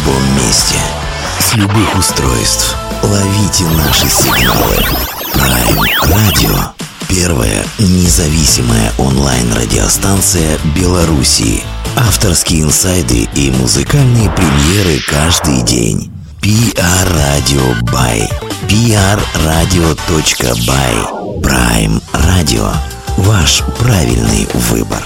любом месте, с любых устройств. Ловите наши сигналы. Prime Radio. Первая независимая онлайн-радиостанция Белоруссии. Авторские инсайды и музыкальные премьеры каждый день. PR Radio by prradio.by. Prime Radio. Ваш правильный выбор.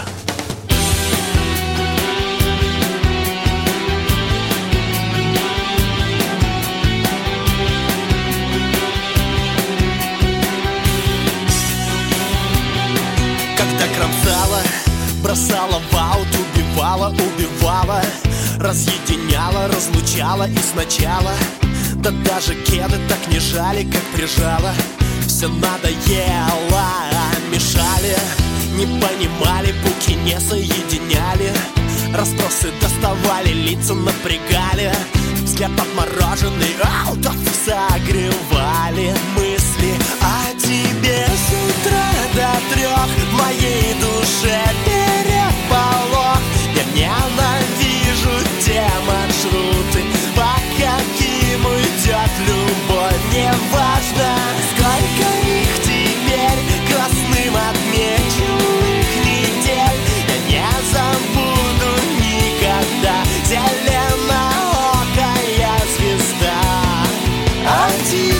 Бросала в аут, убивала, разъединяла, разлучала и сначала. Да даже кеды так не жали, как прижала. Все надоело, мешали, не понимали, буки не соединяли. Расспросы доставали, лица напрягали. Взгляд отмороженный, аутов согревали. Мысли о тебе с утра до 3 в моей душе переполох. Я ненавижу те маршруты, по каким уйдет любовь. Неважно, сколько их теперь красным отмеченных недель. Я не забуду никогда зеленоокая звезда о тебе.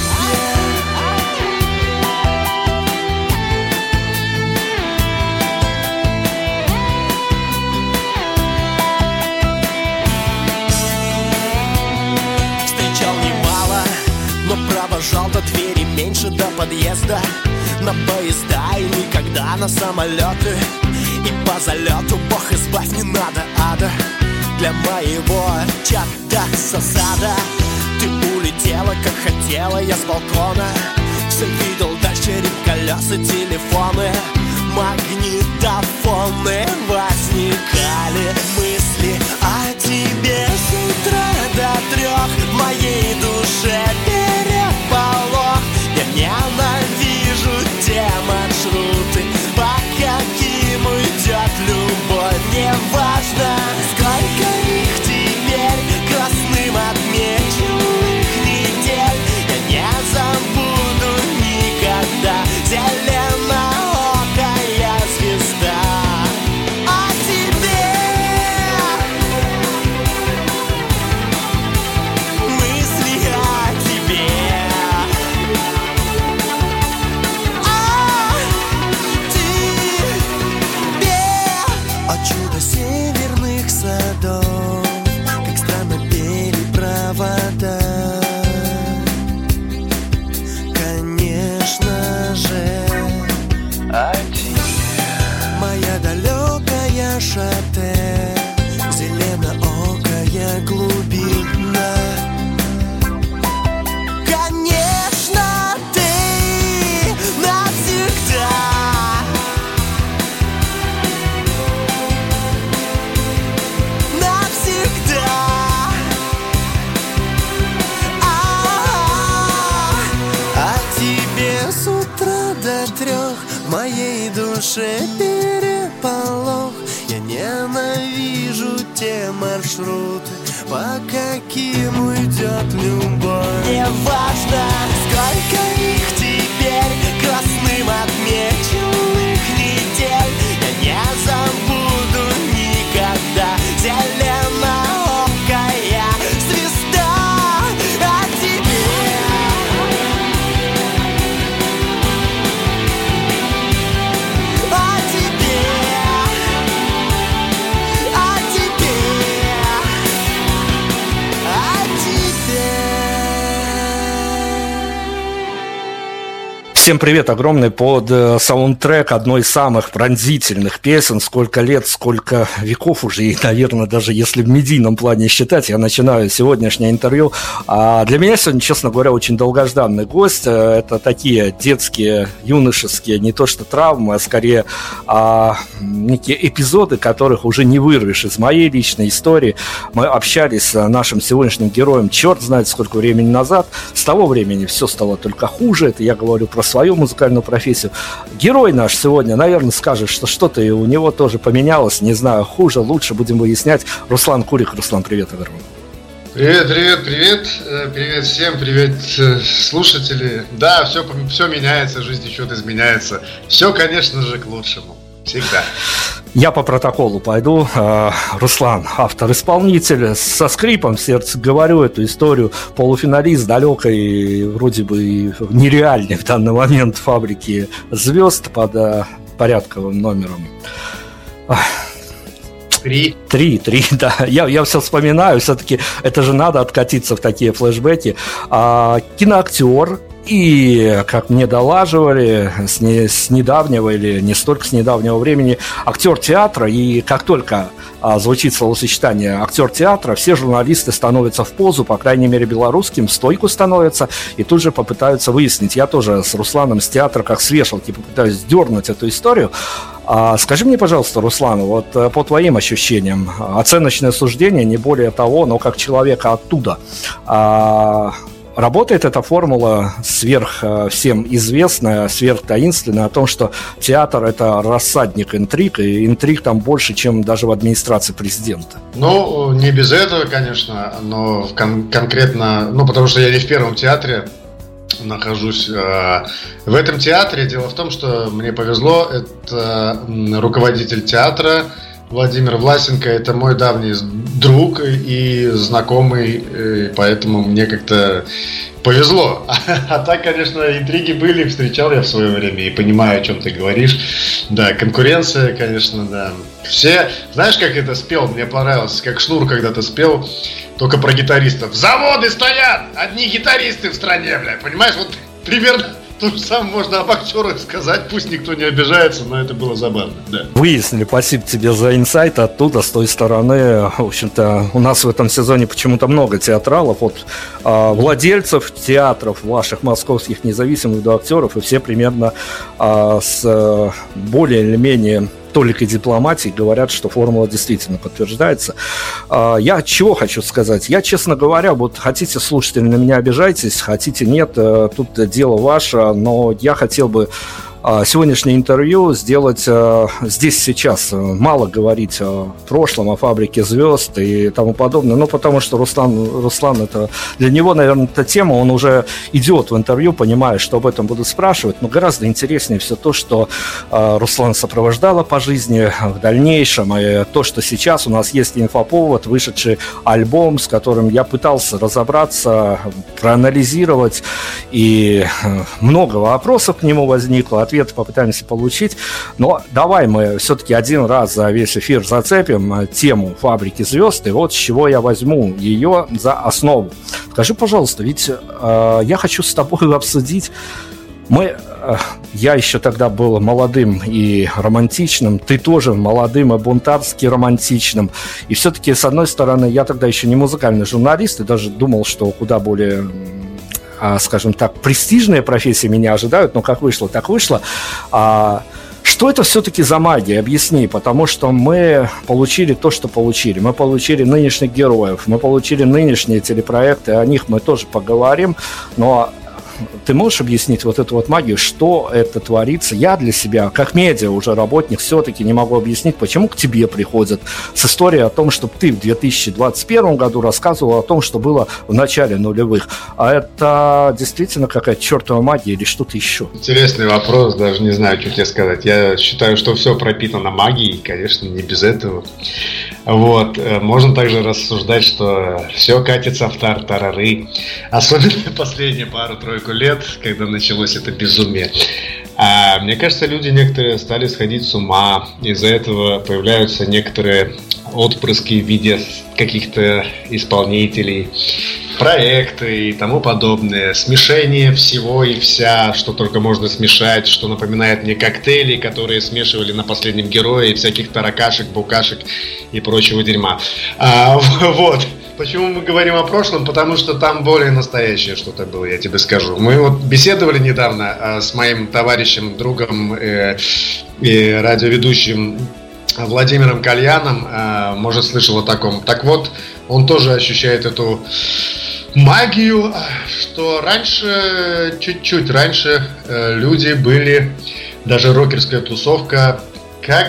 Провожал до двери, меньше до подъезда. На поезда и никогда на самолеты. И по залету, бог избавь, не надо ада. Для моего чата сада. Ты улетела, как хотела, я с балкона. Все видел, дальше колеса, телефоны, магнитофоны. Возникали мысли о тебе с утра до 3 в моей душе переполох. Я ненавижу те маршруты, по каким уйдет любовь. Неважно, сколько их теперь красным отмеченных недель. Я не забуду никогда зеленоокая звезда о тебе. Мысли о тебе, о чудо северных садов, как странно пели провода. Конечно же, о тебе, моя далекая шате, зеленоокая глубина. Конечно, ты навсегда. Навсегда. А тебе с утра до 3 в моей душе переполох. Я ненавижу те маршруты, по каким уйдет любовь. Неважно, сколько их теперь красным отмеченных недель. Я не забуду никогда зеленоокая звезда о тебе. О тебе. О тебе. О тебе. Всем привет огромный под саундтрек одной из самых пронзительных песен. Сколько лет, сколько веков уже, и, наверное, даже если в медийном плане считать, я начинаю сегодняшнее интервью. А для меня сегодня, честно говоря, очень долгожданный гость. Это такие детские, юношеские, не то что травмы, а скорее некие эпизоды, которых уже не вырвешь из моей личной истории. Мы общались с нашим сегодняшним героем, черт знает сколько времени назад. С того времени все стало только хуже. Это я говорю про свою музыкальную профессию. Герой наш сегодня, наверное, скажет, что что-то и у него тоже поменялось. Не знаю, хуже, лучше, будем выяснять. Руслан Курик. Руслан, привет, огромный. Привет, привет, привет. Привет всем, привет, слушатели. Да, все меняется, жизнь что-то изменяется. Все, конечно же, к лучшему. Всегда. Я по протоколу пойду. Руслан, автор-исполнитель, со скрипом в сердце говорю эту историю. Полуфиналист далекой, вроде бы нереальной в данный момент фабрики звезд под порядковым номером. Три, да. Я все вспоминаю, все-таки это же надо откатиться в такие флешбеки. Киноактер. И, как мне долаживали, с недавнего или не столько с недавнего времени, актер театра. И как только звучит словосочетание актер театра, все журналисты становятся в позу, по крайней мере белорусским, в стойку становятся, и тут же попытаются выяснить. Я тоже с Русланом с театра как с вешалки попытаюсь сдернуть эту историю. Скажи мне, пожалуйста, Руслан, вот по твоим ощущениям, оценочное суждение, не более того, но как человека оттуда, работает эта формула сверх всем известная, сверх таинственная, о том, что театр – это рассадник интриг, и интриг там больше, чем даже в администрации президента? Ну, не без этого, конечно, но конкретно, потому что я не в первом театре нахожусь. В этом театре дело в том, что мне повезло, это руководитель театра Владимир Власенко, это мой давний друг и знакомый, поэтому мне как-то повезло. А так, конечно, интриги были, встречал я в свое время и понимаю, о чем ты говоришь. Да, конкуренция, конечно, да. Все, знаешь, как это спел, мне понравилось, как Шнур когда-то спел, только про гитаристов. Заводы стоят, одни гитаристы в стране, бля, понимаешь, вот примерно то же самое можно об актерах сказать, пусть никто не обижается, но это было забавно, да. Выяснили, спасибо тебе за инсайт оттуда, с той стороны. В общем-то, у нас в этом сезоне почему-то много театралов, от владельцев театров ваших московских независимых до актеров, и все примерно с более или менее толикой дипломатии говорят, что формула действительно подтверждается. Я чего хочу сказать? Я, честно говоря, вот хотите, слушатели, на меня обижайтесь, хотите, нет, тут дело ваше, но я хотел бы сегодняшнее интервью сделать здесь сейчас. Мало говорить о прошлом, о фабрике звезд и тому подобное. Ну, потому что Руслан это для него, наверное, эта тема, он уже идет в интервью, понимая, что об этом будут спрашивать. Но гораздо интереснее все то, что Руслан сопровождала по жизни в дальнейшем. И то, что сейчас у нас есть инфоповод, вышедший альбом, с которым я пытался разобраться, проанализировать. И много вопросов к нему возникло. Ответы попытаемся получить, но давай мы все-таки один раз за весь эфир зацепим тему фабрики звезд, и вот с чего я возьму ее за основу. Скажи, пожалуйста, ведь я хочу с тобой обсудить. Я еще тогда был молодым и романтичным, ты тоже молодым и бунтарски романтичным. И все-таки, с одной стороны, я тогда еще не музыкальный журналист, и даже думал, что куда более, скажем так, престижные профессии меня ожидают, но как вышло, так вышло. Что это все-таки за магия? Объясни, потому что мы получили то, что получили. Мы получили нынешних героев, мы получили нынешние телепроекты, о них мы тоже поговорим, но ты можешь объяснить вот эту вот магию, что это творится? Я для себя, как медиа уже работник, все-таки не могу объяснить, почему к тебе приходят с историей о том, что ты в 2021 году рассказывал о том, что было в начале нулевых. А это действительно какая-то чертова магия или что-то еще? Интересный вопрос, даже не знаю, что тебе сказать. Я считаю, что все пропитано магией, конечно, не без этого. Вот. Можно также рассуждать, что все катится в тартарары. Особенно последние пару-тройку лет, когда началось это безумие. Мне кажется, люди некоторые стали сходить с ума. Из-за этого появляются некоторые отпрыски в виде каких-то исполнителей, проекты и тому подобное. Смешение всего и вся, что только можно смешать, что напоминает мне коктейли, которые смешивали на последнем герое, и всяких таракашек, букашек и прочего дерьма. Вот. Почему мы говорим о прошлом? Потому что там более настоящее что-то было, я тебе скажу. Мы вот беседовали недавно с моим товарищем, другом и радиоведущим Владимиром Кальяном. Может, слышал о таком. Так вот, он тоже ощущает эту магию, что раньше, чуть-чуть раньше люди были, даже рокерская тусовка, как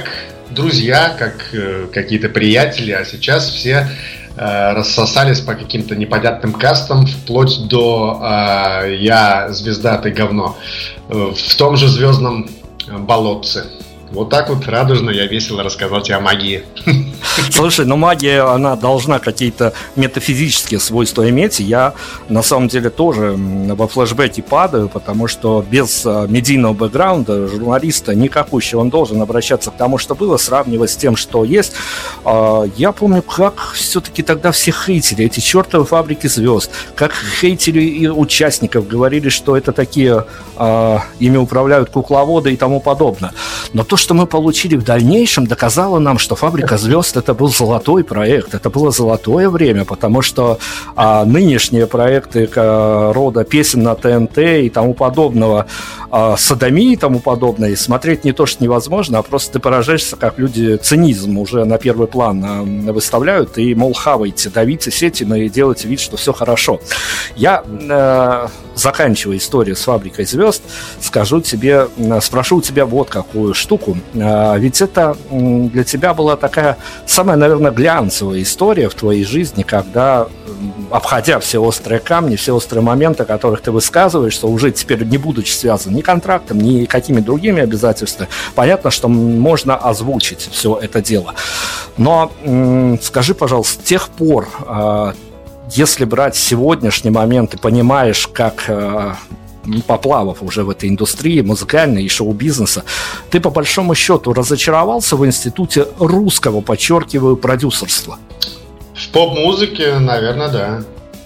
друзья, как какие-то приятели, а сейчас все рассосались по каким-то непонятным кастам, вплоть до «я звезда, ты говно», в том же звездном болотце. Вот так вот радужно я весело рассказал тебе о магии. Слушай, но магия, она должна какие-то метафизические свойства иметь. Я, на самом деле, тоже во флешбеке падаю, потому что без медийного бэкграунда журналиста никакущего, он должен обращаться к тому, что было, сравнивать с тем, что есть. Я помню, как все-таки тогда все хейтили эти чертовы фабрики звезд, как хейтили и участников, говорили, что это такие, ими управляют кукловоды и тому подобное. Но то, что мы получили в дальнейшем, доказало нам, что «Фабрика звезд» — это был золотой проект, это было золотое время, потому что нынешние проекты рода песен на ТНТ и тому подобного, содомии и тому подобное, смотреть не то, что невозможно, а просто ты поражаешься, как люди цинизм уже на первый план выставляют, и, мол, хавайте, давитесь этим и делайте вид, что все хорошо. Я, заканчивая историю с «Фабрикой звезд», спрошу у тебя вот какую штуку. Ведь это для тебя была такая самая, наверное, глянцевая история в твоей жизни, когда, обходя все острые камни, все острые моменты, о которых ты высказываешься, уже теперь не будучи связан ни контрактом, ни какими другими обязательствами, понятно, что можно озвучить все это дело. Но скажи, пожалуйста, с тех пор, если брать сегодняшний момент, и понимаешь, как поплавав уже в этой индустрии музыкальной и шоу-бизнеса, ты по большому счету разочаровался в институте русского, подчеркиваю, продюсерства? В поп-музыке, наверное, да.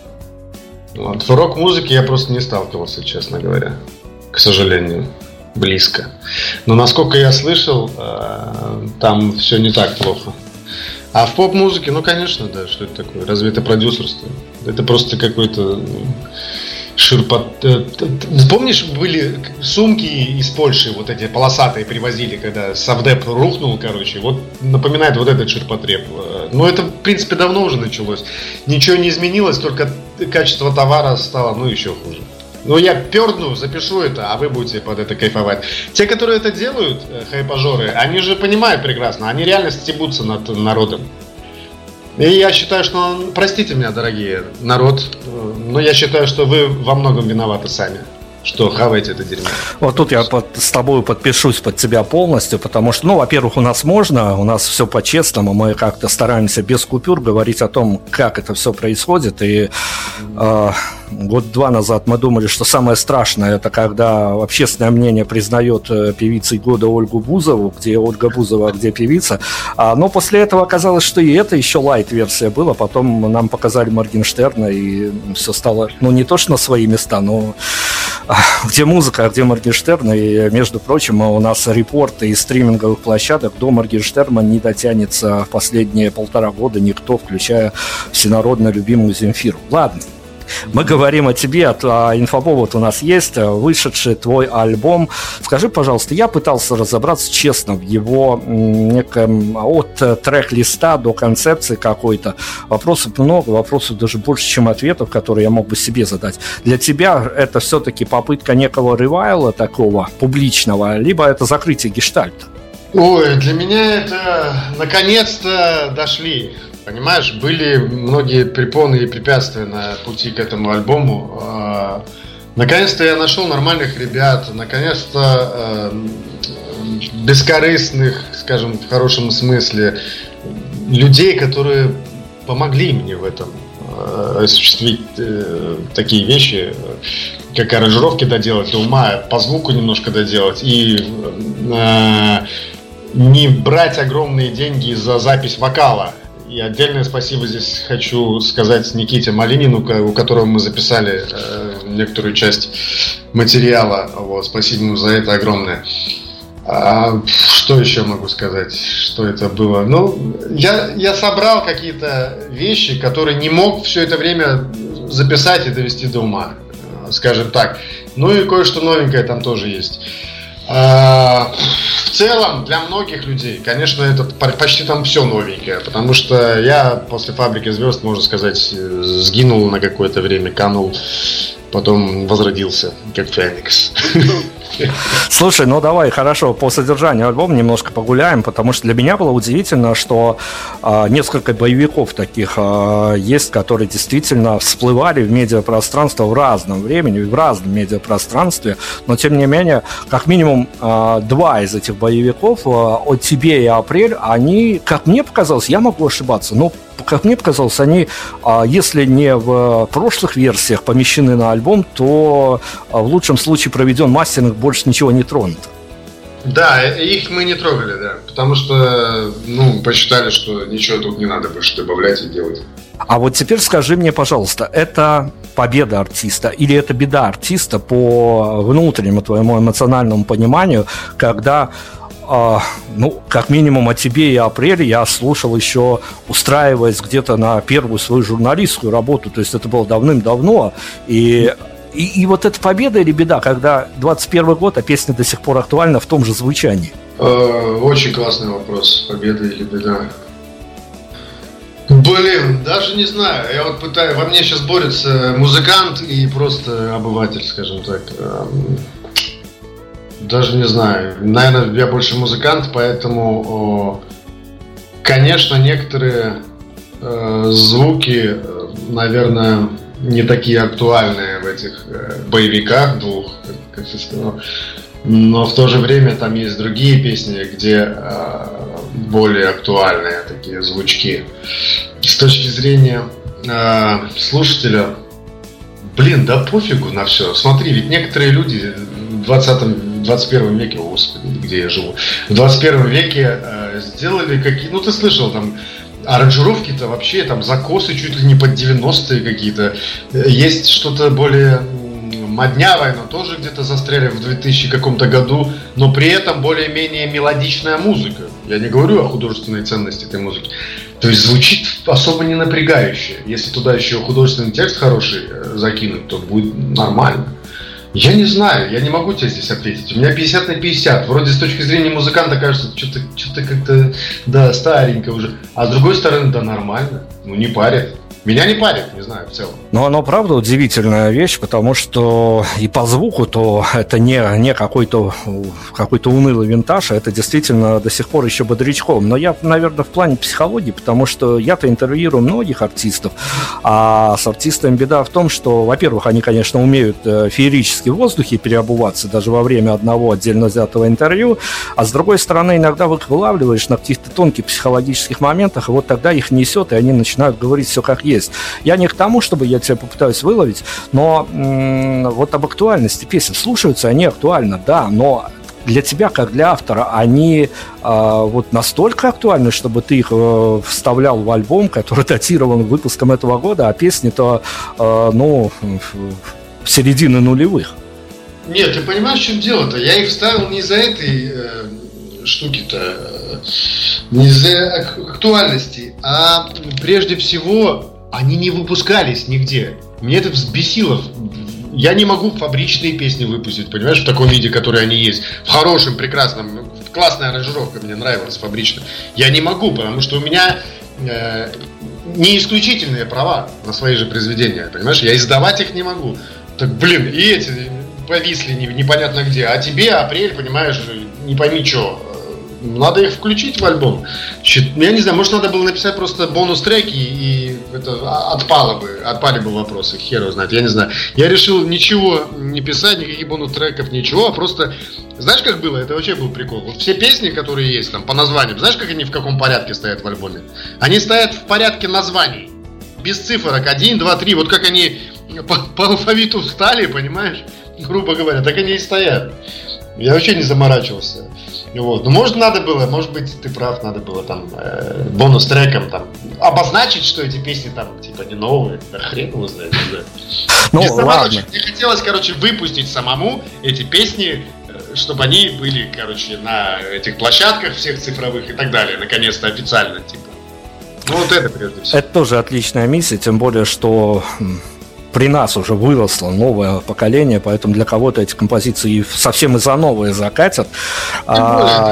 Вот. В рок-музыке я просто не сталкивался, честно говоря. К сожалению, близко. Но насколько я слышал, там все не так плохо. А в поп-музыке, ну, конечно, да, что это такое? Разве это продюсерство? Это просто какой-то Помнишь, были сумки из Польши, вот эти полосатые привозили, когда Совдеп рухнул, короче, вот напоминает вот этот ширпотреб. Но это, в принципе, давно уже началось. Ничего не изменилось, только качество товара стало, ну, еще хуже. Но я перну, запишу это, а вы будете под это кайфовать. Те, которые это делают, хайпажоры, они же понимают прекрасно, они реально стебутся над народом. И я считаю, что, простите меня, дорогие народ, но я считаю, что вы во многом виноваты сами, что хаваете это дерьмо. Вот тут я с тобой подпишусь под тебя полностью, потому что, ну, во-первых, у нас все по-честному, мы как-то стараемся без купюр говорить о том, как это все происходит, и год-два назад мы думали, что самое страшное — это когда общественное мнение признает певицей года Ольгу Бузову, где Ольга Бузова, где певица, но после этого оказалось, что и это еще лайт-версия была, потом нам показали Моргенштерна, и все стало, ну, не то что на свои места, но где музыка, а где Моргенштерн, и, между прочим, у нас репорты из стриминговых площадок до Моргенштерна не дотянется в последние 1,5 года никто, включая всенародно любимую Земфиру. Ладно. Мы говорим о тебе, инфоповод у нас есть, вышедший твой альбом. Скажи, пожалуйста, я пытался разобраться честно в его неком от трек-листа до концепции какой-то. Вопросов много, вопросов даже больше, чем ответов, которые я мог бы себе задать. Для тебя это все-таки попытка некого ревайла такого публичного, либо это закрытие гештальта? Ой, для меня это наконец-то дошли. Понимаешь, были многие препоны и препятствия на пути к этому альбому. Наконец-то я нашел нормальных ребят, наконец-то бескорыстных, скажем, в хорошем смысле, людей, которые помогли мне в этом осуществить такие вещи, как аранжировки доделать до ума, по звуку немножко доделать и не брать огромные деньги за запись вокала. И отдельное спасибо здесь хочу сказать Никите Малинину, у которого мы записали некоторую часть материала. Вот, спасибо ему за это огромное. Что еще могу сказать, что это было? Ну, я собрал какие-то вещи, которые не мог все это время записать и довести до ума, скажем так. Ну и кое-что новенькое там тоже есть. В целом, для многих людей, конечно, это почти там все новенькое, потому что я после «Фабрики звезд», можно сказать, сгинул на какое-то время, канул, потом возродился, как Феникс. Слушай, ну давай, хорошо, по содержанию альбома немножко погуляем, потому что для меня было удивительно, что несколько боевиков таких есть, которые действительно всплывали в медиапространство в разном времени, в разном медиапространстве, но тем не менее, как минимум два из этих боевиков, «О тебе» и «Апрель», они, как мне показалось, я могу ошибаться, но как мне показалось, они, если не в прошлых версиях помещены на альбом, то в лучшем случае проведен мастеринг, больше ничего не тронуто. Да, их мы не трогали, да, потому что, посчитали, что ничего тут не надо больше добавлять и делать. А вот теперь скажи мне, пожалуйста, это победа артиста или это беда артиста по внутреннему твоему эмоциональному пониманию, когда... как минимум «О тебе» и «Апреле» я слушал еще, устраиваясь где-то на первую свою журналистскую работу, то есть это было давным-давно, и вот эта победа или беда, когда 21 год, а песня до сих пор актуальна в том же звучании? Очень классный вопрос, победа или беда. Блин, даже не знаю, я вот пытаюсь, во мне сейчас борется музыкант и просто обыватель, скажем так. Даже не знаю. Наверное, я больше музыкант, поэтому, конечно, некоторые звуки, наверное, не такие актуальные в этих боевиках двух, как ты сказал. Но в то же время там есть другие песни, где более актуальные такие звучки. С точки зрения слушателя, да пофигу на все. Смотри, ведь некоторые люди в 21 веке, господи, где я живу, в 21 веке сделали какие... ты слышал, там, аранжировки-то вообще, там, закосы чуть ли не под 90-е какие-то. Есть что-то более моднявое, но тоже где-то застряли в 2000 каком-то году, но при этом более-менее мелодичная музыка. Я не говорю о художественной ценности этой музыки. То есть звучит особо не напрягающе. Если туда еще художественный текст хороший закинуть, то будет нормально. Я не знаю, я не могу тебе здесь ответить. У меня 50 на 50. Вроде с точки зрения музыканта кажется, что-то как-то, да, старенько уже. А с другой стороны, да, нормально. Не парит. Меня не парит, не знаю, в целом. Но оно, правда, удивительная вещь, потому что и по звуку, то это не какой-то унылый винтаж, а это действительно до сих пор еще бодрячком. Но я, наверное, в плане психологии, потому что я-то интервьюирую многих артистов, а с артистами беда в том, что, во-первых, они, конечно, умеют феерически в воздухе переобуваться даже во время одного отдельно взятого интервью, а с другой стороны, иногда их вылавливаешь на каких-то тонких психологических моментах, и вот тогда их несет, и они начинают говорить все как есть. Я не к тому, чтобы я тебя попытаюсь выловить, но вот об актуальности песен. Слушаются они актуально, да, но для тебя, как для автора, они вот настолько актуальны, чтобы ты их вставлял в альбом, который датирован выпуском этого года, а песни-то, середины нулевых. Нет, ты понимаешь, в чем дело-то? Я их вставил не из-за этой штуки-то, не из-за актуальности, а прежде всего они не выпускались нигде. Мне это взбесило. Я не могу фабричные песни выпустить, понимаешь, в таком виде, который они есть. В хорошем, прекрасном, классная аранжировка мне нравилась фабричная. Я не могу, потому что у меня не исключительные права на свои же произведения, понимаешь? Я издавать их не могу. Так, и эти повисли непонятно где. А тебе «Апрель», понимаешь, не пойми что. Надо их включить в альбом. Я не знаю, может, надо было написать просто бонус-треки, и это отпали бы вопросы, хер его знает, я не знаю. Я решил ничего не писать, никаких бонус-треков, ничего, а просто... Знаешь, как было? Это вообще был прикол. Вот все песни, которые есть там по названиям, знаешь, как они в каком порядке стоят в альбоме? Они стоят в порядке названий. Без цифрок. 1, 2, 3. Вот как они по алфавиту встали, понимаешь? Грубо говоря, так они и стоят. Я вообще не заморачивался. Вот. Ну, может, надо было, может быть, ты прав, надо было там бонус-треком там обозначить, что эти песни там, типа, не новые. Да хрен его знает, не знаю. Ну, ладно. Мне хотелось, выпустить самому эти песни, чтобы они были, на этих площадках всех цифровых и так далее, наконец-то официально, типа. Ну, вот это прежде всего. Это тоже отличная миссия, тем более, что... При нас уже выросло новое поколение, поэтому для кого-то эти композиции совсем из-за новые закатят.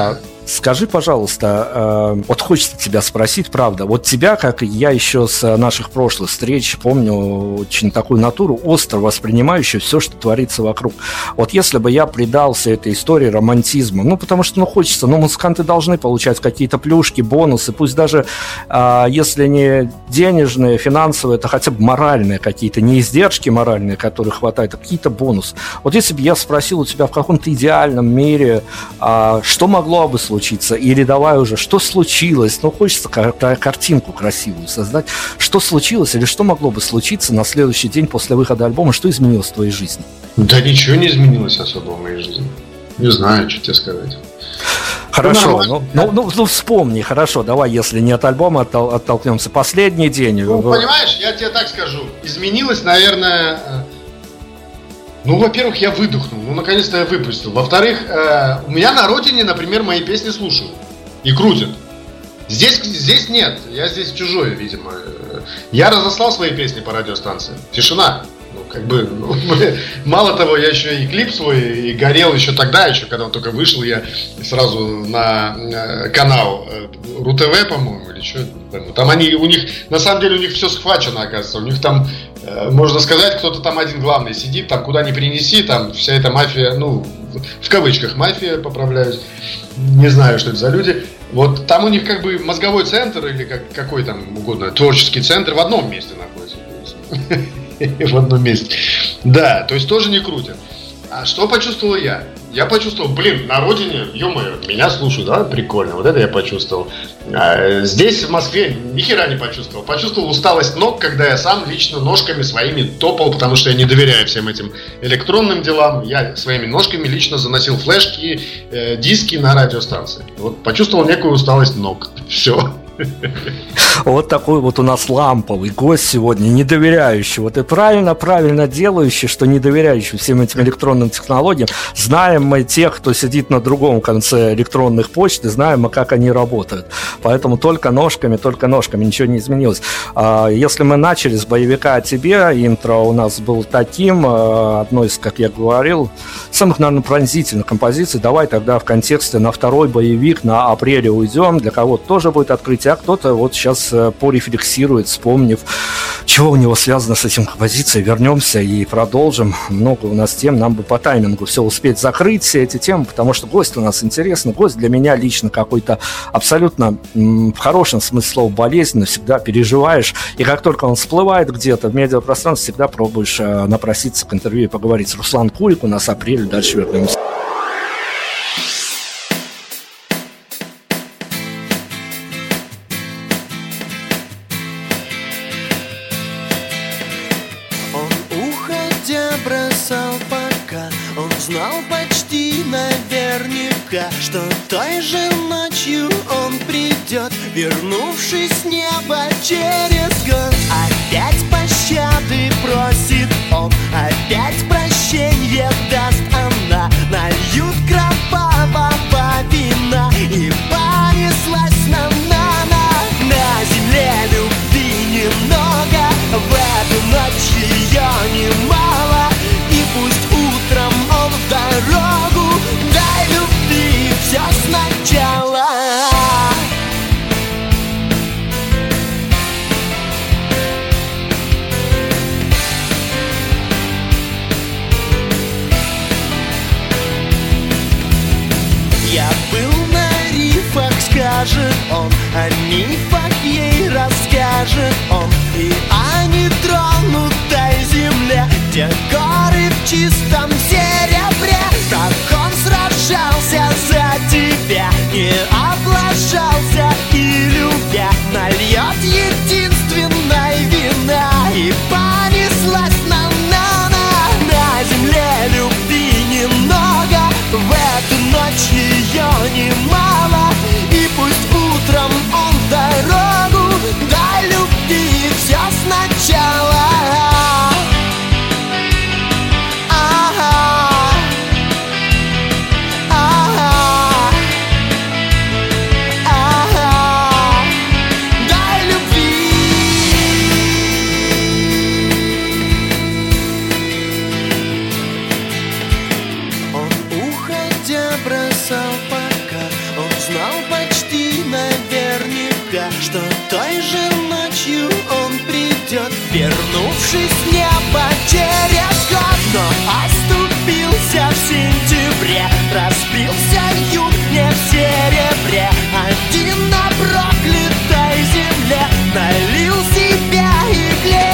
Скажи, пожалуйста, вот хочется тебя спросить, правда, вот тебя, как я еще с наших прошлых встреч, помню очень такую натуру, остро воспринимающую все, что творится вокруг. Вот если бы я предался этой истории романтизма, ну, потому что, хочется, музыканты должны получать какие-то плюшки, бонусы, пусть даже, если не денежные, финансовые, это хотя бы моральные какие-то, не издержки моральные, которых хватает, а какие-то бонусы. Вот если бы я спросил у тебя в каком-то идеальном мире, что могло бы случиться, или давай уже, что случилось, хочется картинку красивую создать, что случилось или что могло бы случиться на следующий день после выхода альбома, что изменилось в твоей жизни? Да ничего не изменилось особо в моей жизни. Не знаю, что тебе сказать. Хорошо, вспомни, хорошо, давай, если не от альбома оттолкнемся. Последний день. Понимаешь, я тебе так скажу. Изменилось, наверное... во-первых, я выдохнул, наконец-то я выпустил. Во-вторых, у меня на родине, например, мои песни слушают и крутят. Здесь нет, я здесь чужой, видимо. Я разослал свои песни по радиостанциям. Тишина. Мало того, я еще и клип свой и горел еще тогда, когда он только вышел, я сразу на канал РУ-ТВ, по-моему, или что. Там у них, на самом деле, у них все схвачено, оказывается. У них там, можно сказать, кто-то там один главный сидит, там куда ни принеси, там вся эта мафия, в кавычках мафия, поправляюсь, не знаю, что это за люди. Вот там у них мозговой центр или какой там угодно, творческий центр в одном месте находится. В одном месте. Да, то есть тоже не крутят. А что почувствовал я? Я почувствовал, на родине, ё-моё, меня слушают, да, прикольно, вот это я почувствовал. Здесь, в Москве, ни хера не почувствовал. Почувствовал усталость ног, когда я сам лично ножками своими топал, потому что я не доверяю всем этим электронным делам. Я своими ножками лично заносил флешки, диски на радиостанции. Вот почувствовал некую усталость ног. Все. Вот такой вот у нас ламповый гость сегодня, не доверяющий. Вот и правильно делающий, что не доверяющий всем этим электронным технологиям. Знаем мы тех, кто сидит на другом конце электронных почт, и знаем мы, как они работают. Поэтому только ножками, ничего не изменилось. Если мы начали с боевика о тебе, интро у нас был таким, одной из, как я говорил, самых, наверное, пронзительных композиций. Давай тогда в контексте на второй боевик, на апреле уйдем. Для кого-то тоже будет открытие, а кто-то вот сейчас порефлексирует, вспомнив, чего у него связано с этим композицией. Вернемся и продолжим. Много у нас тем, нам бы по таймингу все успеть закрыть, все эти темы, потому что гость у нас интересный. Гость для меня лично какой-то абсолютно, в хорошем смысле слова, болезненно, всегда переживаешь. И как только он всплывает где-то в медиапространстве, всегда пробуешь напроситься к интервью и поговорить. Руслан Кулик у нас апрель, дальше вернемся. Знал почти наверняка, что той же ночью он придет, вернувшись с неба через год. Опять пощады просит он, опять прощенье даст она. Нальют кровавого вина и понеслась на земле любви немного. В эту ночь ее немало, и пусть утром он в дорогу, дай любви все сначала. Я был на рифах, скажет он, о мифах ей расскажет он, и о нетронутой земле, где горы в чистом серебре. Так он сражался за тебя, не облажался и любя, нальет единственной вина и понеслась на земле любви немного. В эту ночь ее немало, и пусть утром он в дорогу, дай любви все сначала. придет, вернувшись в небо через год. Но оступился в сентябре, разбился юг не в серебре. Один на проклятой земле налил себя игле.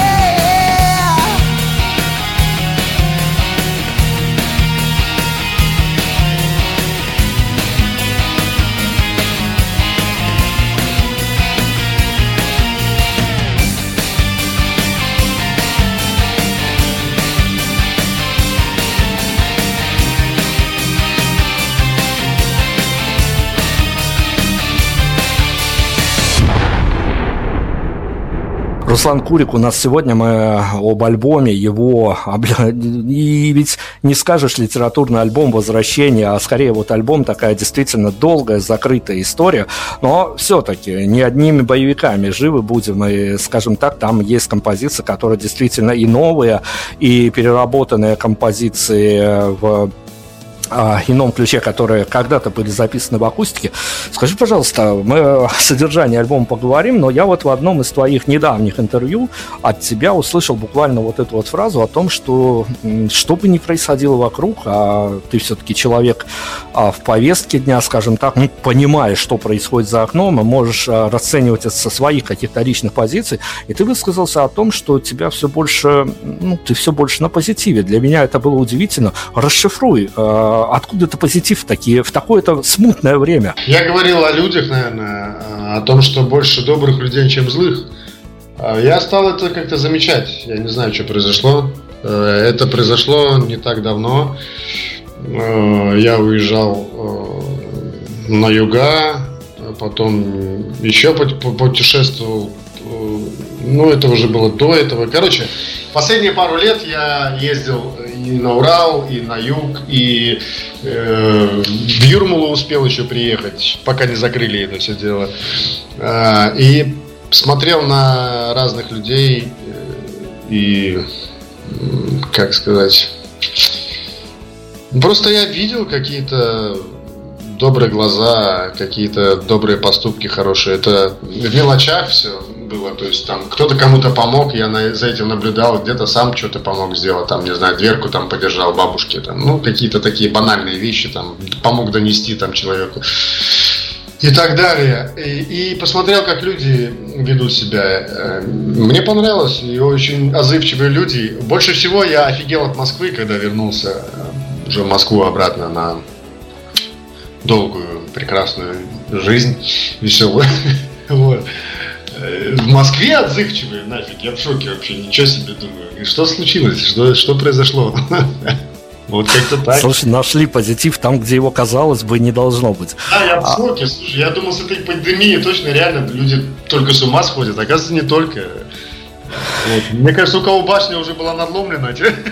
Руслан Курик у нас сегодня, мы об альбоме его, и ведь не скажешь литературный альбом «Возвращение», а скорее вот альбом такая действительно долгая, закрытая история, но все-таки не одними боевиками живы будем, и, скажем так, там есть композиции, которые действительно и новые, и переработанные композиции в ином ключе, которые когда-то были записаны в акустике. Скажи, пожалуйста, мы о содержании альбома поговорим, но я вот в одном из твоих недавних интервью от тебя услышал буквально вот эту вот фразу о том, что что бы ни происходило вокруг, а ты все-таки человек в повестке дня, скажем так, понимаешь, что происходит за окном, и можешь расценивать это со своих каких-то личных позиций, и ты высказался о том, что тебя все больше, ты все больше на позитиве. Для меня это было удивительно. Расшифруй, откуда это позитив в такое-то смутное время? Я говорил о людях, наверное, о том, что больше добрых людей, чем злых. Я стал это как-то замечать. Я не знаю, что произошло. Это произошло не так давно. Я уезжал на юга, потом еще путешествовал. Это уже было до этого. Короче, последние пару лет я ездил и на Урал, и на юг, и в Юрмалу успел еще приехать, пока не закрыли это все дело. И смотрел на разных людей и, как сказать, просто я видел какие-то добрые глаза, какие-то добрые поступки хорошие. Это в мелочах все было. То есть там кто-то кому-то помог, я за этим наблюдал, где-то сам что-то помог сделать, там, не знаю, дверку там подержал бабушке, там, какие-то такие банальные вещи, там, помог донести там человеку. И так далее. И посмотрел, как люди ведут себя. Мне понравилось, и очень отзывчивые люди. Больше всего я офигел от Москвы, когда вернулся уже в Москву обратно на долгую, прекрасную жизнь, веселую. Вот. В Москве отзывчивые, нафиг, я в шоке вообще, ничего себе думаю. И что случилось, что произошло? Вот как-то так. Слушай, нашли позитив там, где его, казалось бы, не должно быть. Да, я в шоке, слушай, я думал, с этой пандемией точно реально люди только с ума сходят, оказывается, не только. Вот. Мне кажется, у кого башня уже была надломлена,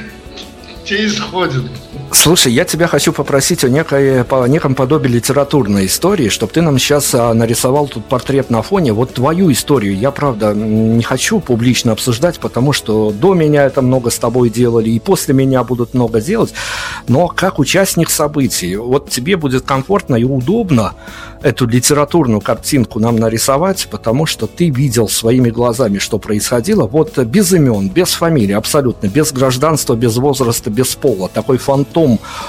те исходят. Слушай, я тебя хочу попросить о неком подобии литературной истории, чтобы ты нам сейчас нарисовал тут портрет на фоне. Вот твою историю я, правда, не хочу публично обсуждать, потому что до меня это много с тобой делали, и после меня будут много делать. Но как участник событий, вот тебе будет комфортно и удобно эту литературную картинку нам нарисовать, потому что ты видел своими глазами, что происходило. Вот без имен, без фамилии, абсолютно, без гражданства, без возраста, без пола. Такой фантом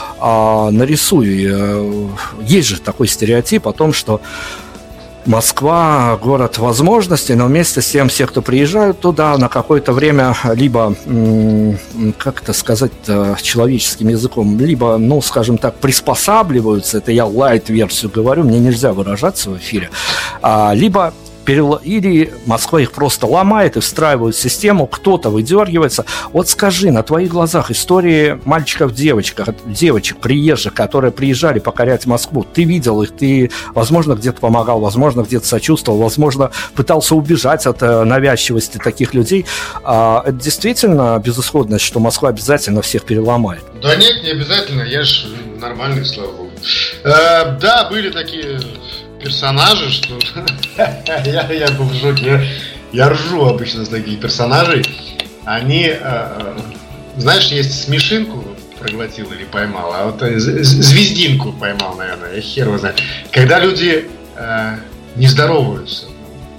нарисуй. Есть же такой стереотип о том, что Москва – город возможностей, но вместе с тем все, кто приезжают туда на какое-то время, либо, как это сказать человеческим языком, либо, скажем так, приспосабливаются, это я лайт-версию говорю, мне нельзя выражаться в эфире, либо или Москва их просто ломает и встраивает в систему, кто-то выдергивается. Вот скажи, на твоих глазах истории мальчиков, девочек, приезжих, которые приезжали покорять Москву, ты видел их, ты, возможно, где-то помогал, возможно, где-то сочувствовал, возможно, пытался убежать от навязчивости таких людей. Это действительно безысходность, что Москва обязательно всех переломает? Да нет, не обязательно, я же нормальный, слава богу. Да, были такие персонажи, что я был в шоке. Я ржу обычно с таких персонажей. Они, знаешь, есть смешинку проглотил или поймал, а вот звездинку поймал, наверное, я хер его знаю. Когда люди не здороваются.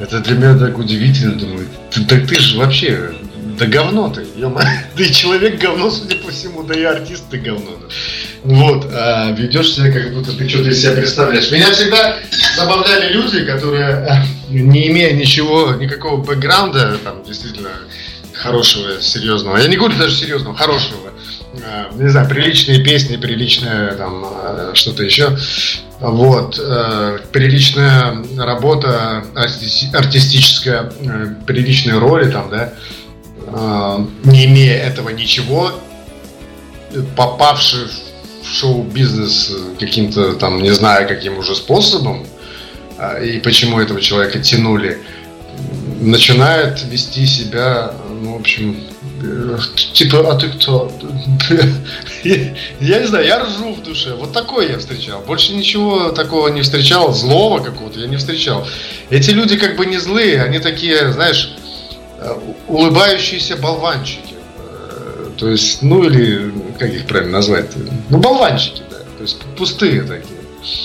Это для меня так удивительно, думаю, ты же вообще, да говно ты, да и человек говно, судя по всему, да и артист ты говно. Вот, а ведешь себя, как будто ты что-то из себя представляешь. Меня всегда забавляли люди, которые, не имея никакого бэкграунда, там, действительно, хорошего, серьезного, я не говорю даже серьезного, хорошего, не знаю, приличные песни, приличное там что-то еще, вот, приличная работа артистическая, приличные роли там, да, не имея этого ничего, попавший в шоу-бизнес каким-то там, не знаю, каким уже способом, и почему этого человека тянули, начинает вести себя, ну, в общем, типа, а ты кто? Я не знаю, я ржу в душе. Вот такое я встречал. Больше ничего такого не встречал, злого какого-то я не встречал. Эти люди как бы не злые, они такие, знаешь, улыбающиеся болванчики. То есть, ну или, как их правильно назвать? Ну, болванчики, да. То есть, пустые такие.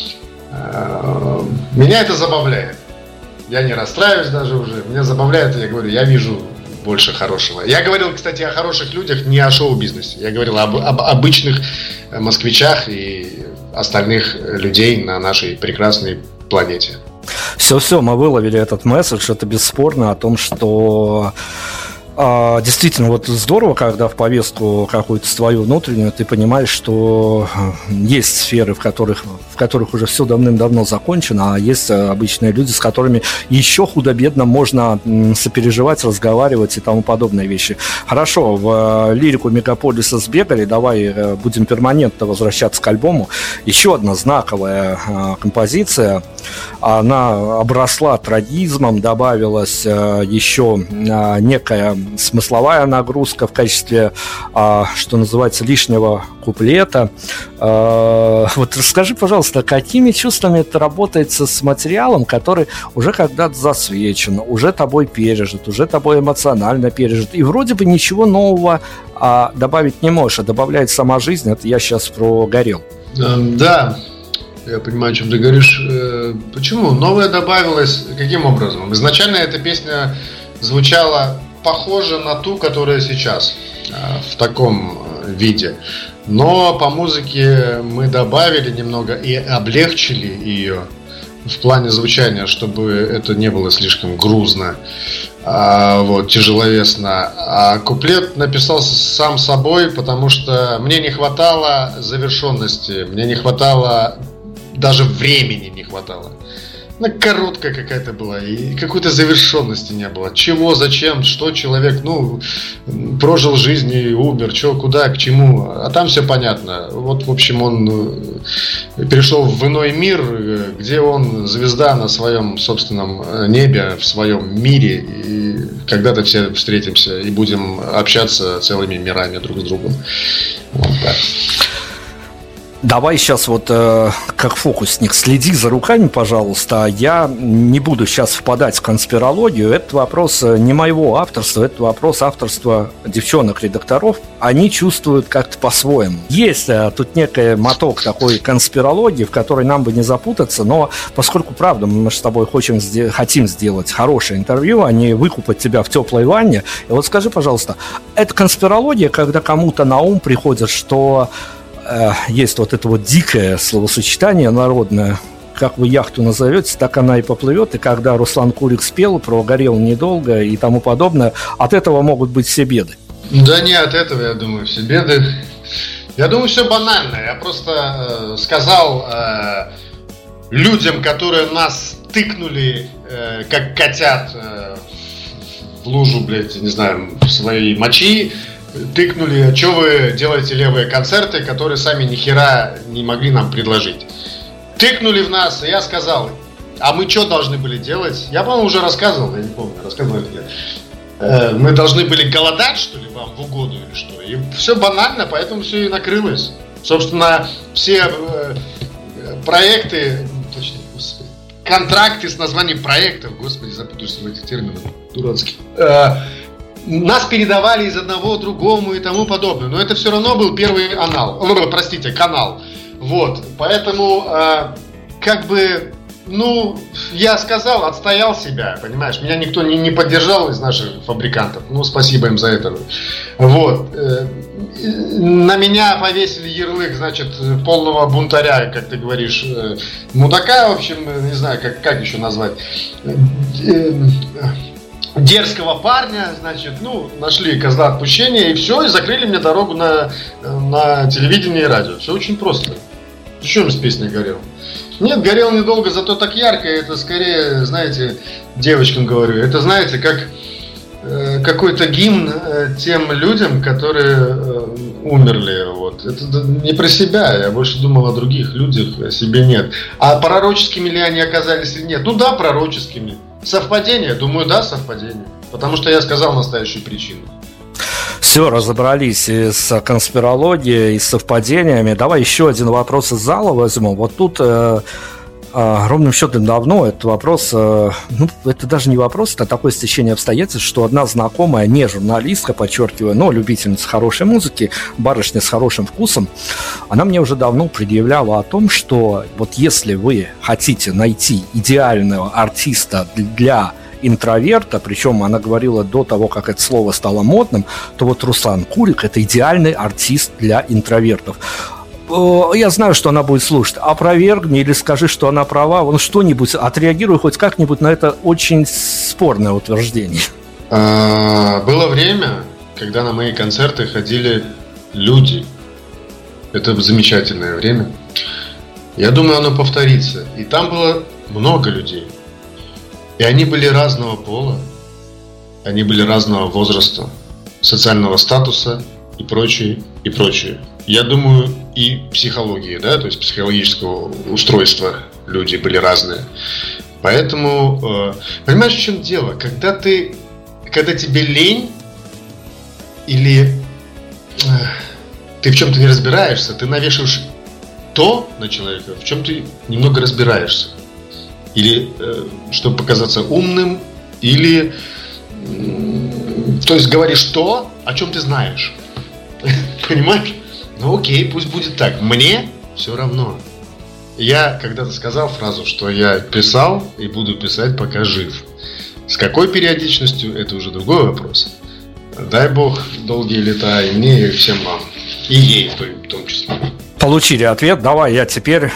Меня это забавляет. Я не расстраиваюсь даже уже. Меня забавляет, я говорю, я вижу больше хорошего. Я говорил, кстати, о хороших людях, не о шоу-бизнесе. Я говорил об обычных москвичах и остальных людей на нашей прекрасной планете. Все, мы выловили этот месседж. Это бесспорно о том, что действительно, вот здорово, когда в повестку какую-то свою внутреннюю ты понимаешь, что есть сферы, в которых уже все давным-давно закончено, а есть обычные люди, с которыми еще худо-бедно можно сопереживать, разговаривать и тому подобные вещи. Хорошо, в лирику Мегаполиса сбегали, давай будем перманентно возвращаться к альбому. Еще одна знаковая композиция, она обросла трагизмом, добавилась еще некая смысловая нагрузка в качестве, что называется, лишнего куплета. Вот расскажи, пожалуйста, какими чувствами это работается с материалом, который уже когда-то засвечен, уже тобой пережит, уже тобой эмоционально пережит, и вроде бы ничего нового добавить не можешь, а добавляет сама жизнь. Это я сейчас про «Горел». Да, я понимаю, о чем ты говоришь. Почему? Новое добавилось каким образом? Изначально эта песня звучала похоже на ту, которая сейчас, в таком виде. Но по музыке мы добавили немного и облегчили ее в плане звучания, чтобы это не было слишком грузно, вот, тяжеловесно. А куплет написался сам собой, потому что мне не хватало завершенности, мне не хватало, даже времени не хватало. Она короткая какая-то была, и какой-то завершенности не было. Чего, зачем, что человек, прожил жизнь и умер, что, куда, к чему. А там все понятно. Вот, в общем, он перешел в иной мир, где он звезда на своем собственном небе, в своем мире. И когда-то все встретимся и будем общаться целыми мирами друг с другом. Вот так. Давай сейчас вот как фокусник следи за руками, пожалуйста. Я не буду сейчас впадать в конспирологию. Это вопрос не моего авторства, это вопрос авторства девчонок-редакторов. Они чувствуют как-то по-своему. Есть тут некий моток такой конспирологии, в которой нам бы не запутаться, но поскольку, правда, мы с тобой хотим сделать хорошее интервью, а не выкупать тебя в теплой ванне. И вот скажи, пожалуйста, это конспирология, когда кому-то на ум приходит, что есть вот это вот дикое словосочетание народное, как вы яхту назовете, так она и поплывет. И когда Руслан Курик спел про «Горел недолго» и тому подобное, от этого могут быть все беды. Да не от этого, я думаю, все беды. Я думаю, все банально. Я просто сказал людям, которые нас тыкнули, как котят в лужу, блядь, не знаю, в своей мочи, тыкнули, а что вы делаете левые концерты, которые сами ни хера не могли нам предложить. Тыкнули в нас, и я сказал, а мы что должны были делать? Я, по-моему, уже рассказывал, я не помню, рассказывал ли я. Мы должны были голодать, что ли, вам в угоду или что? И все банально, поэтому все и накрылось. Собственно, все проекты, точнее, господи, контракты с названием проектов, господи, запутаюсь в этих терминах, дурацких, нас передавали из одного другому и тому подобное. Но это все равно был первый канал. Вот, поэтому, как бы, Ну, я сказал, отстоял себя, понимаешь? Меня никто не поддержал из наших фабрикантов. Ну, спасибо им за это. Вот. На меня повесили ярлык, значит, полного бунтаря, как ты говоришь, мудака, в общем, не знаю, как еще назвать. Дерзкого парня, значит, ну, нашли козла отпущения, и все, и закрыли мне дорогу на телевидение и радио. Все очень просто. Ты что им с песней горел? Нет, горел недолго, зато так ярко. Это скорее, знаете, девочкам говорю, это, знаете, как какой-то гимн тем людям, которые умерли. Вот. Это не про себя, я больше думал о других людях, о себе нет. А пророческими ли они оказались или нет? Ну да, пророческими. Совпадение? Думаю, да, совпадение. Потому что я сказал настоящую причину. Все, разобрались и с конспирологией, и с совпадениями. Давай еще один вопрос из зала возьму. Вот тут ровным счетом давно этот вопрос, ну, это даже не вопрос, это такое стечение обстоятельств, что одна знакомая, не журналистка, подчеркиваю, но любительница хорошей музыки, барышня с хорошим вкусом, она мне уже давно предъявляла о том, что вот если вы хотите найти идеального артиста для интроверта, причем она говорила до того, как это слово стало модным, то вот Руслан Курик – это идеальный артист для интровертов. Я знаю, что она будет слушать. Опровергни или скажи, что она права. Ну, что-нибудь, отреагируй хоть как-нибудь на это очень спорное утверждение. Было время, когда на мои концерты ходили люди. Это замечательное время. Я думаю, оно повторится. И там было много людей. И они были разного пола. Они были разного возраста, социального статуса и прочее, и прочее. Я думаю, и психологии, да, то есть психологического устройства люди были разные. Поэтому, понимаешь, в чем дело? Когда тебе лень или ты в чем-то не разбираешься, ты навешиваешь то на человека, в чем ты немного разбираешься. Или чтобы показаться умным, или то есть говоришь то, о чем ты знаешь. Понимаешь? Ну окей, пусть будет так. Мне все равно. Я когда-то сказал фразу, что я писал и буду писать, пока жив. С какой периодичностью, это уже другой вопрос. Дай бог долгие лета и мне, и всем вам. И ей в том числе. Получили ответ. Давай я теперь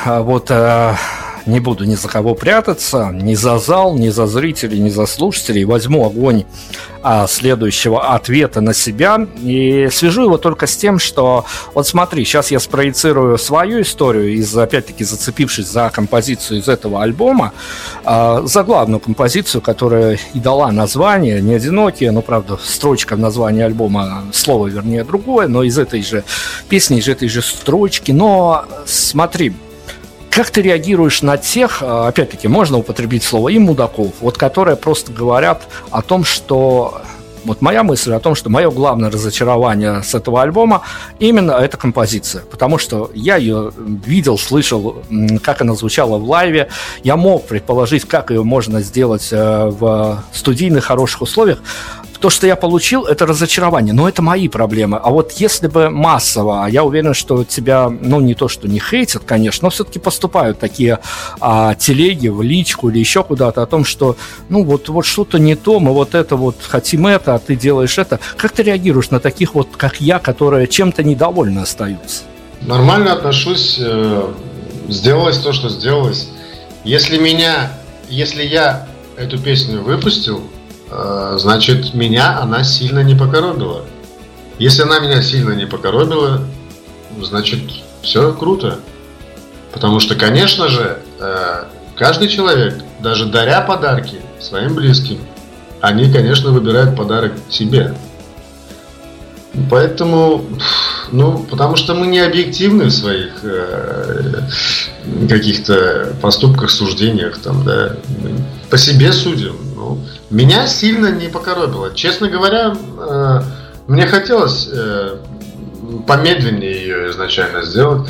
не буду ни за кого прятаться, ни за зал, ни за зрителей, ни за слушателей. Возьму огонь следующего ответа на себя и свяжу его только с тем, что вот смотри, сейчас я спроецирую свою историю, опять-таки зацепившись за композицию из этого альбома, за главную композицию, которая и дала название «Не одинокие», но, правда, строчка в названии альбома, слово, вернее, другое, но из этой же песни, из этой же строчки. Но смотри, как ты реагируешь на тех, опять-таки, можно употребить слово и мудаков, вот которые просто говорят о том, что... Вот моя мысль о том, что мое главное разочарование с этого альбома именно эта композиция, потому что я ее видел, слышал, как она звучала в лайве, я мог предположить, как ее можно сделать в студийных хороших условиях. То, что я получил, это разочарование, но это мои проблемы. А вот если бы массово, я уверен, что тебя, ну, не то, что не хейтят, конечно, но все-таки поступают такие телеги в личку или еще куда-то о том, что, ну, вот что-то не то, мы вот это вот хотим это, а ты делаешь это. Как ты реагируешь на таких вот, как я, которые чем-то недовольны остаются? Нормально отношусь. Сделалось то, что сделалось. Если я эту песню выпустил, значит, меня она сильно не покоробила. Если она меня сильно не покоробила, значит, все круто. Потому что, конечно же, каждый человек, даже даря подарки своим близким, они, конечно, выбирают подарок себе. Поэтому, потому что мы не объективны в своих каких-то поступках, суждениях, там, да, мы по себе судим. Меня сильно не покоробило. Честно говоря, мне хотелось помедленнее ее изначально сделать.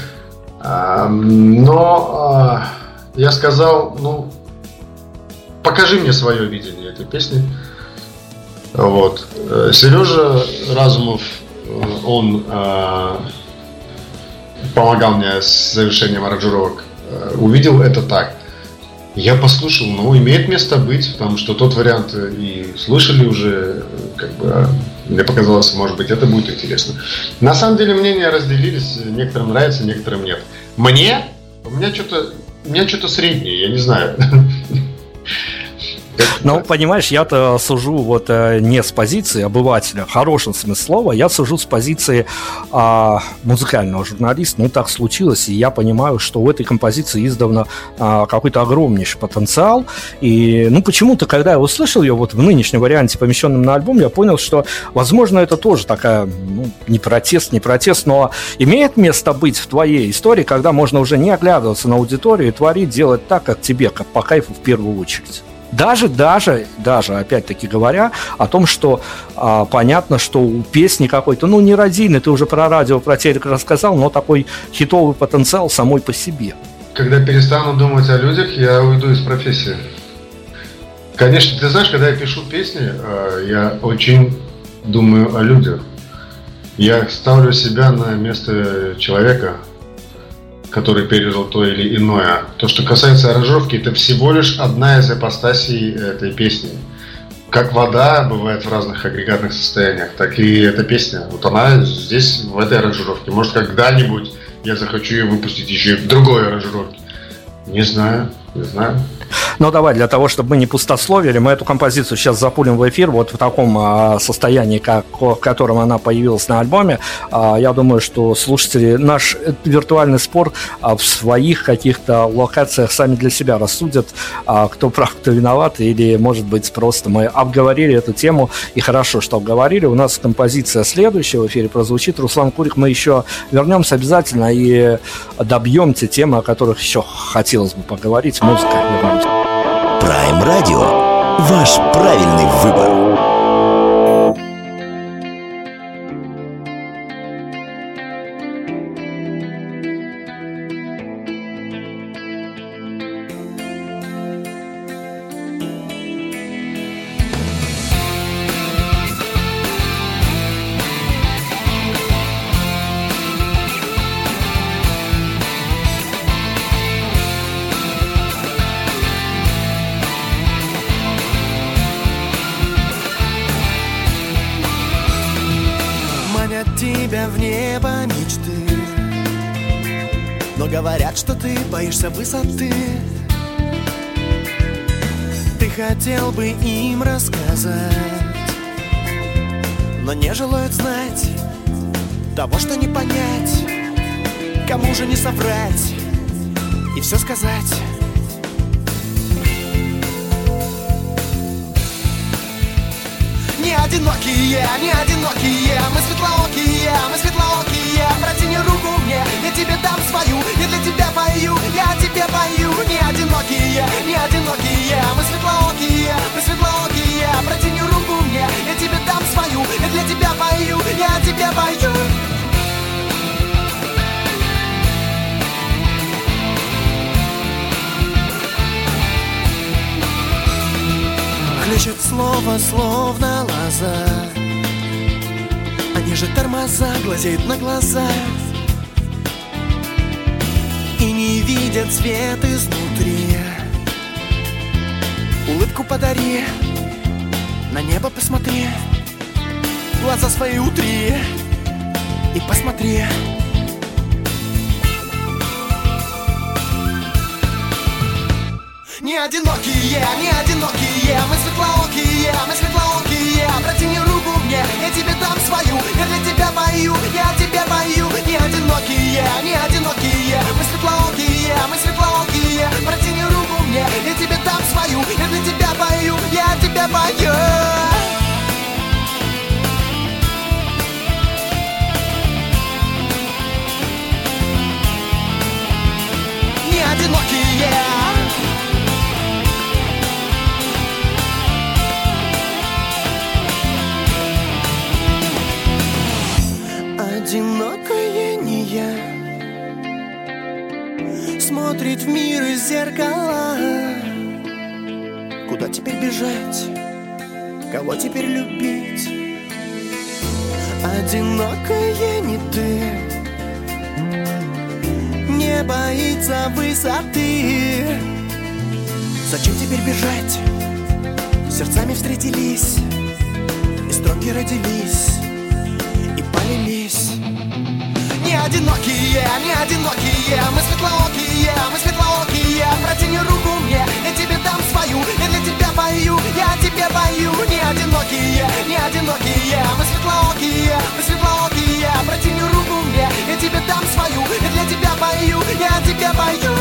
Но я сказал, покажи мне свое видение этой песни. Вот. Сережа Разумов, он помогал мне с завершением аранжировок, увидел это так. Я послушал, но имеет место быть, потому что тот вариант и слышали уже, как бы, мне показалось, может быть, это будет интересно. На самом деле мнения разделились, некоторым нравится, некоторым нет. У меня что-то среднее, я не знаю. Ну, понимаешь, я-то сужу вот не с позиции обывателя, в хорошем смысле слова, я сужу с позиции музыкального журналиста. Ну, так случилось, и я понимаю, что у этой композиции издавна какой-то огромнейший потенциал. И, ну, почему-то, когда я услышал ее вот в нынешнем варианте, помещенном на альбом, я понял, что, возможно, это тоже такая, ну, не протест, но имеет место быть в твоей истории, когда можно уже не оглядываться на аудиторию и творить, делать так, как тебе, как по кайфу в первую очередь. Даже, опять-таки говоря о том, что понятно, что у песни какой-то, ну, не радийный, ты уже про радио, про телек рассказал, но такой хитовый потенциал самой по себе. Когда перестану думать о людях, я уйду из профессии. Конечно, ты знаешь, когда я пишу песни, я очень думаю о людях. Я ставлю себя на место человека, который пережил то или иное. То, что касается аранжировки, это всего лишь одна из ипостасей этой песни. Как вода бывает в разных агрегатных состояниях, так и эта песня. Вот она здесь, в этой аранжировке. Может, когда-нибудь я захочу ее выпустить еще и в другой аранжировке. Не знаю. Но давай, для того, чтобы мы не пустословили, мы эту композицию сейчас запулим в эфир вот в таком состоянии, в котором она появилась на альбоме. Я думаю, что слушатели наш виртуальный спор в своих каких-то локациях сами для себя рассудят, кто прав, кто виноват, или, может быть, просто мы обговорили эту тему, и хорошо, что обговорили. У нас композиция следующая в эфире прозвучит. Руслан Курик, мы еще вернемся обязательно и добьем те темы, о которых еще хотелось бы поговорить. Музыка. Prime Radio. Ваш правильный выбор. Тебя в небо мечты, но говорят, что ты боишься высоты. Ты хотел бы им рассказать, но не желают знать того, что не понять. Кому же не соврать и все сказать? Не одинокие, мы светлоокие, протяни руку мне, я тебе дам свою, я для тебя пою, я тебе пою. Не одинокие, мы светлоокие, протяни руку мне, я тебе дам свою, я для тебя пою, я тебе пою. Хлещет слово, словно лоза, они же тормоза, глазеют на глаза и не видят свет изнутри. Улыбку подари, на небо посмотри, глаза свои утри и посмотри. Не одинокие, мы светлоокие, протяни руку мне, я тебе дам свою, я для тебя пою, я тебе пою. Не одинокие, мы светлоокие, протяни руку мне, я тебе дам свою, я для тебя пою, я тебе пою. Не одинокие. Одинокая не я, смотрит в мир из зеркала. Куда теперь бежать? Кого теперь любить? Одинокая не ты, не боится высоты, Зачем теперь бежать? Сердцами встретились, и строки родились, и полились. Не одинокие, мы светлоокие, протяни руку мне, я тебе дам свою, я для тебя пою, я тебе пою. Не одинокие, мы светлоокие, протяни руку мне, я тебе дам свою, я для тебя пою, я тебе пою.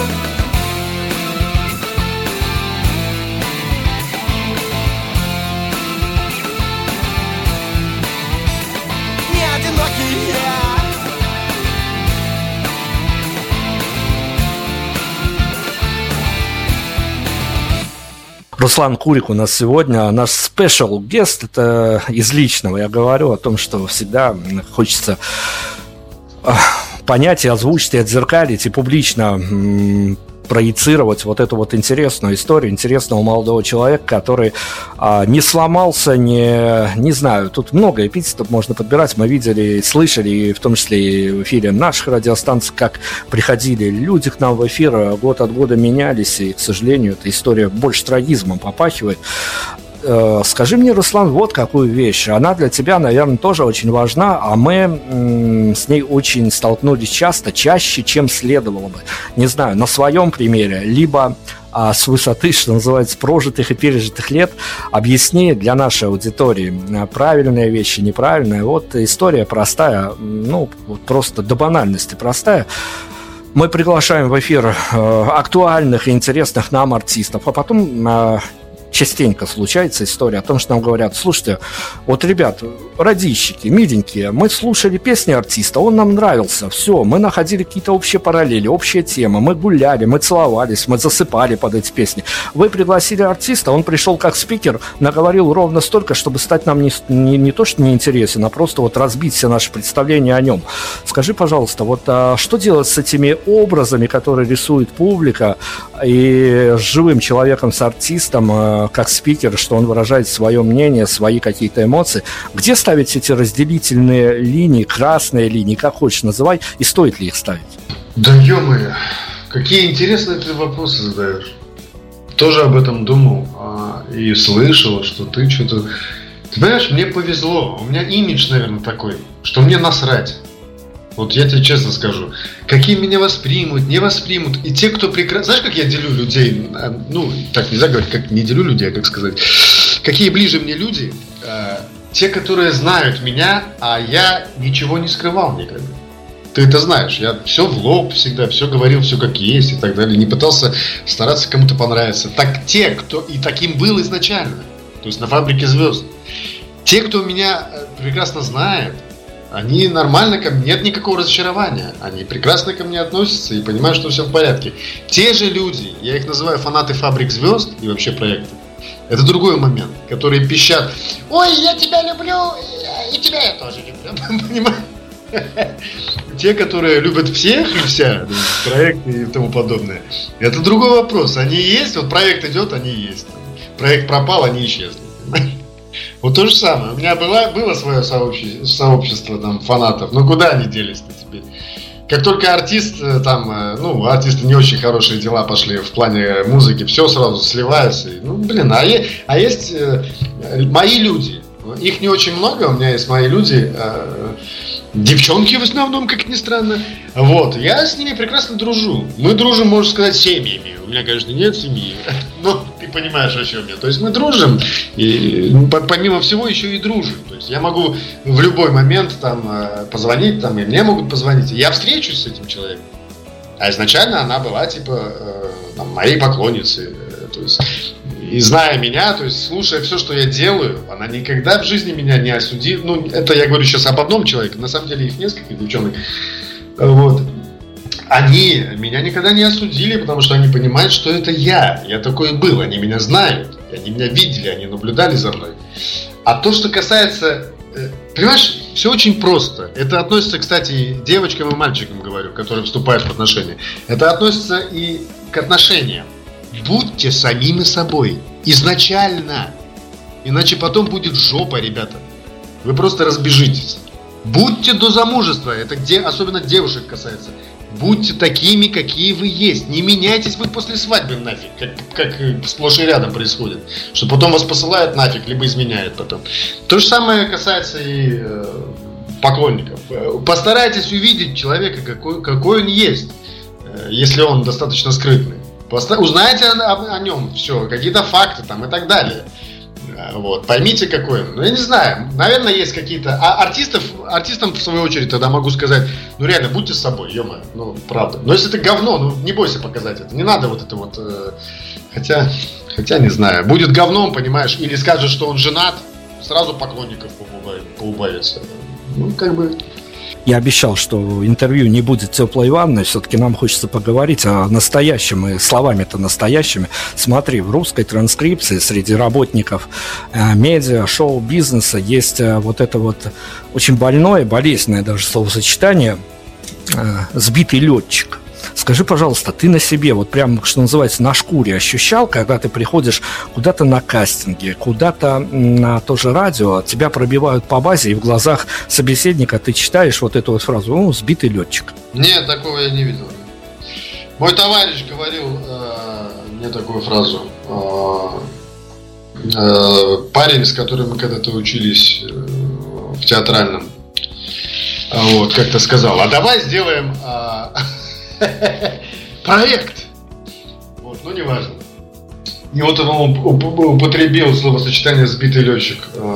Не одинокие. Руслан Курик у нас сегодня, наш special guest, это из личного. Я говорю о том, что всегда хочется понять и озвучить, и отзеркалить, и публично проецировать вот эту вот интересную историю интересного молодого человека, который не сломался, не знаю, тут много эпитетов можно подбирать, мы видели, слышали, и в том числе и в эфире наших радиостанций, как приходили люди к нам в эфир, год от года менялись, и, к сожалению, эта история больше трагизмом попахивает. Скажи мне, Руслан, вот какую вещь. Она для тебя, наверное, тоже очень важна, а мы с ней очень столкнулись чаще, чем следовало бы. Не знаю, на своем примере, либо с высоты, что называется, прожитых и пережитых лет, объясни для нашей аудитории правильные вещи, неправильные. Вот история простая, ну, просто до банальности простая. Мы приглашаем в эфир актуальных и интересных нам артистов, а потом частенько случается история о том, что нам говорят: слушайте, вот, ребят, радищики, миленькие, мы слушали песни артиста, он нам нравился, все, мы находили какие-то общие параллели, общие темы, мы гуляли, мы целовались, мы засыпали под эти песни. Вы пригласили артиста, он пришел как спикер, наговорил ровно столько, чтобы стать нам не то, что неинтересен, а просто вот разбить все наши представления о нем. Скажи, пожалуйста, вот что делать с этими образами, которые рисует публика, и с живым человеком, с артистом, как спикер, что он выражает свое мнение, свои какие-то эмоции? Где ставить эти разделительные линии, красные линии, как хочешь называй, и стоит ли их ставить? Да ё-моё, какие интересные ты вопросы задаешь. Тоже об этом думал и слышал, что ты что-то... Ты понимаешь, мне повезло, у меня имидж, наверное, такой, что мне насрать. Вот я тебе честно скажу, какие меня воспримут, не воспримут. И те, кто прекрасно... Знаешь, как я делю людей? Ну, так нельзя говорить, как не делю людей, а как сказать. Какие ближе мне люди? Те, которые знают меня, а я ничего не скрывал никогда. Ты это знаешь. Я все в лоб всегда, все говорил, все как есть и так далее. Не пытался стараться кому-то понравиться. Так те, кто и таким был изначально. То есть на «Фабрике звезд». Те, кто меня прекрасно знает, они нормально ко мне, нет никакого разочарования. Они прекрасно ко мне относятся и понимают, что все в порядке. Те же люди, я их называю фанаты «Фабрик звезд» и вообще проекта. Это другой момент, которые пищат: ой, я тебя люблю, и тебя я тоже люблю. Понимаешь? Те, которые любят всех и вся, проекты и тому подобное. Это другой вопрос. Они есть, вот проект идет, они есть. Проект пропал, они исчезли. Вот то же самое. У меня было свое сообщество там, фанатов. Но куда они делись-то теперь? Как только артист, там, артисты не очень хорошие дела пошли в плане музыки, все сразу сливается. А есть мои люди. Их не очень много, у меня есть мои люди. Девчонки в основном, как ни странно. Вот, я с ними прекрасно дружу. Мы дружим, можно сказать, семьями. У меня, конечно, нет семьи, но ты понимаешь, о чем я. То есть мы дружим, и помимо всего еще и дружим. То есть я могу в любой момент там позвонить, там, и мне могут позвонить. Я встречусь с этим человеком. А изначально она была, моей поклонницей. То есть, и зная меня, то есть слушая все, что я делаю, она никогда в жизни меня не осудит. Ну, это я говорю сейчас об одном человеке, на самом деле их несколько девчонок. Вот. Они меня никогда не осудили, потому что они понимают, что это я. Я такой был, они меня знают, они меня видели, они наблюдали за мной. А то, что касается... Понимаешь, все очень просто. Это относится, кстати, и девочкам и мальчикам, говорю, которые вступают в отношения. Это относится и к отношениям. Будьте самими собой. Изначально. Иначе потом будет жопа, ребята. Вы просто разбежитесь. Будьте до замужества. Это особенно девушек касается. Будьте такими, какие вы есть. Не меняйтесь вы после свадьбы нафиг, как сплошь и рядом происходит. Что потом вас посылают нафиг, либо изменяют потом. То же самое касается и поклонников. Постарайтесь увидеть человека, какой он есть, если он достаточно скрытный. Узнайте о нем все, какие-то факты там и так далее. Вот, поймите, какой он. Ну, я не знаю, наверное, есть какие-то... артистам, в свою очередь, тогда могу сказать, ну, реально, будьте с собой, ё-моё, ну, правда. Но если ты говно, ну, не бойся показать это. Не надо вот это вот... Хотя, не знаю, будет говном, понимаешь, или скажет, что он женат, сразу поклонников поубавится. Ну, как бы... Я обещал, что интервью не будет теплой ванной. Все-таки нам хочется поговорить о настоящем, и словами-то настоящими. Смотри, в русской транскрипции среди работников медиа, шоу-бизнеса есть вот это вот очень больное, болезненное даже словосочетание «сбитый летчик». Скажи, пожалуйста, ты на себе, вот прям, что называется, на шкуре ощущал, когда ты приходишь куда-то на кастинге, куда-то на то же радио, тебя пробивают по базе, и в глазах собеседника ты читаешь вот эту вот фразу: «Ну, сбитый летчик». Нет, такого я не видел. Мой товарищ говорил мне такую фразу. Парень, с которым мы когда-то учились в театральном, вот, как-то сказал: а давай сделаем... проект. Вот, ну неважно. И вот он употребил словосочетание «сбитый летчик».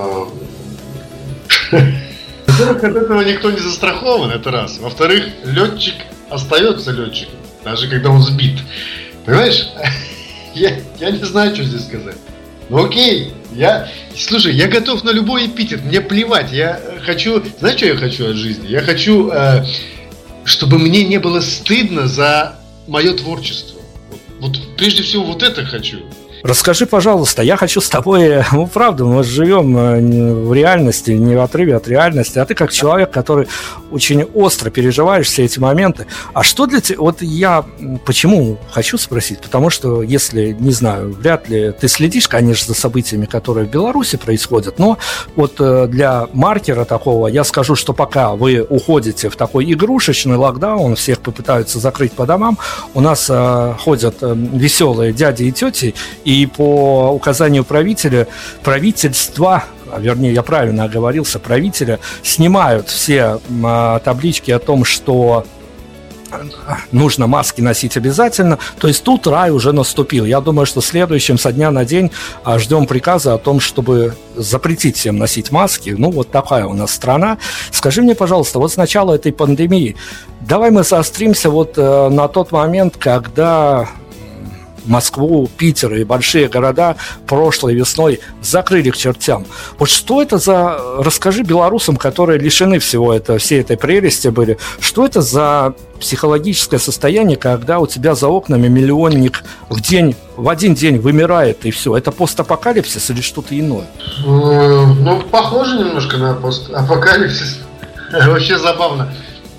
Во-первых, от этого никто не застрахован, это раз. Во-вторых, летчик остается летчиком, даже когда он сбит. Понимаешь? Я не знаю, что здесь сказать. Ну окей, слушай, я готов на любой эпитет, мне плевать. Я хочу, знаешь, что я хочу от жизни? Я хочу... чтобы мне не было стыдно за мое творчество. Вот прежде всего вот это хочу. Расскажи, пожалуйста, я хочу с тобой, ну, правда, мы живем в реальности, не в отрыве от реальности, а ты как человек, который очень остро переживаешь все эти моменты. А что для тебя, вот я почему хочу спросить, потому что, если, не знаю, вряд ли ты следишь, конечно, за событиями, которые в Беларуси происходят, но вот для маркера такого я скажу, что пока вы уходите в такой игрушечный локдаун, всех попытаются закрыть по домам, у нас ходят веселые дяди и тети, и по указанию правительства, вернее, я правильно оговорился, правителя, снимают все таблички о том, что нужно маски носить обязательно. То есть тут рай уже наступил. Я думаю, что следующим со дня на день ждем приказа о том, чтобы запретить всем носить маски. Ну, вот такая у нас страна. Скажи мне, пожалуйста, вот с начала этой пандемии давай мы заостримся вот на тот момент, когда Москву, Питер и большие города прошлой весной закрыли к чертям. Вот что это за... Расскажи белорусам, которые лишены всей этой прелести были, что это за психологическое состояние, когда у тебя за окнами миллионник в один день вымирает, и все. Это постапокалипсис или что-то иное? Ну, похоже немножко на постапокалипсис. Вообще забавно.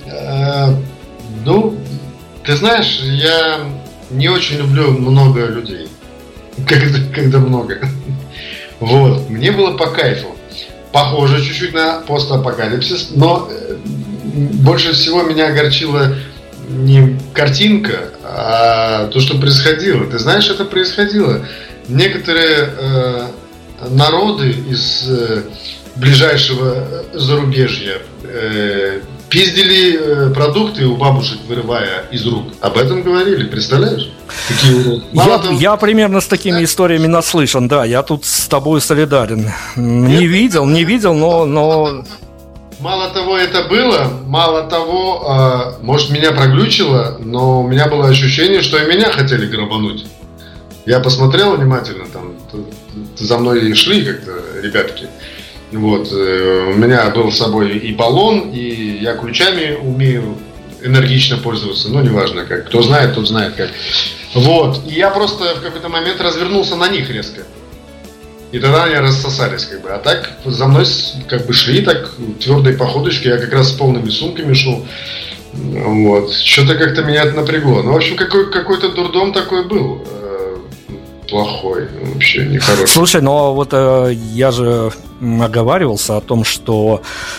Ну, ты знаешь, я не очень люблю много людей. Когда много. Вот. Мне было по кайфу. Похоже чуть-чуть на постапокалипсис, но больше всего меня огорчила не картинка, а то, что происходило. Ты знаешь, это происходило. Некоторые народы из ближайшего зарубежья пиздили продукты у бабушек, вырывая из рук. Об этом говорили, представляешь? Я примерно с такими историями наслышан, да, я тут с тобой солидарен. Не видел, но... Мало того, это было, мало того, может, меня проглючило, но у меня было ощущение, что и меня хотели грабануть. Я посмотрел внимательно, там, за мной шли как-то ребятки. Вот, у меня был с собой и баллон, и я ключами умею энергично пользоваться, ну, неважно как. Кто знает, тот знает как. Вот, и я просто в какой-то момент развернулся на них резко. И тогда они рассосались, как бы. А так за мной как бы шли так твердой походочкой, я как раз с полными сумками шел. Вот, что-то как-то меня это напрягло. Ну, в общем, какой-то дурдом такой был. Плохой, вообще нехороший. Слушай, но вот я же оговаривался о том, что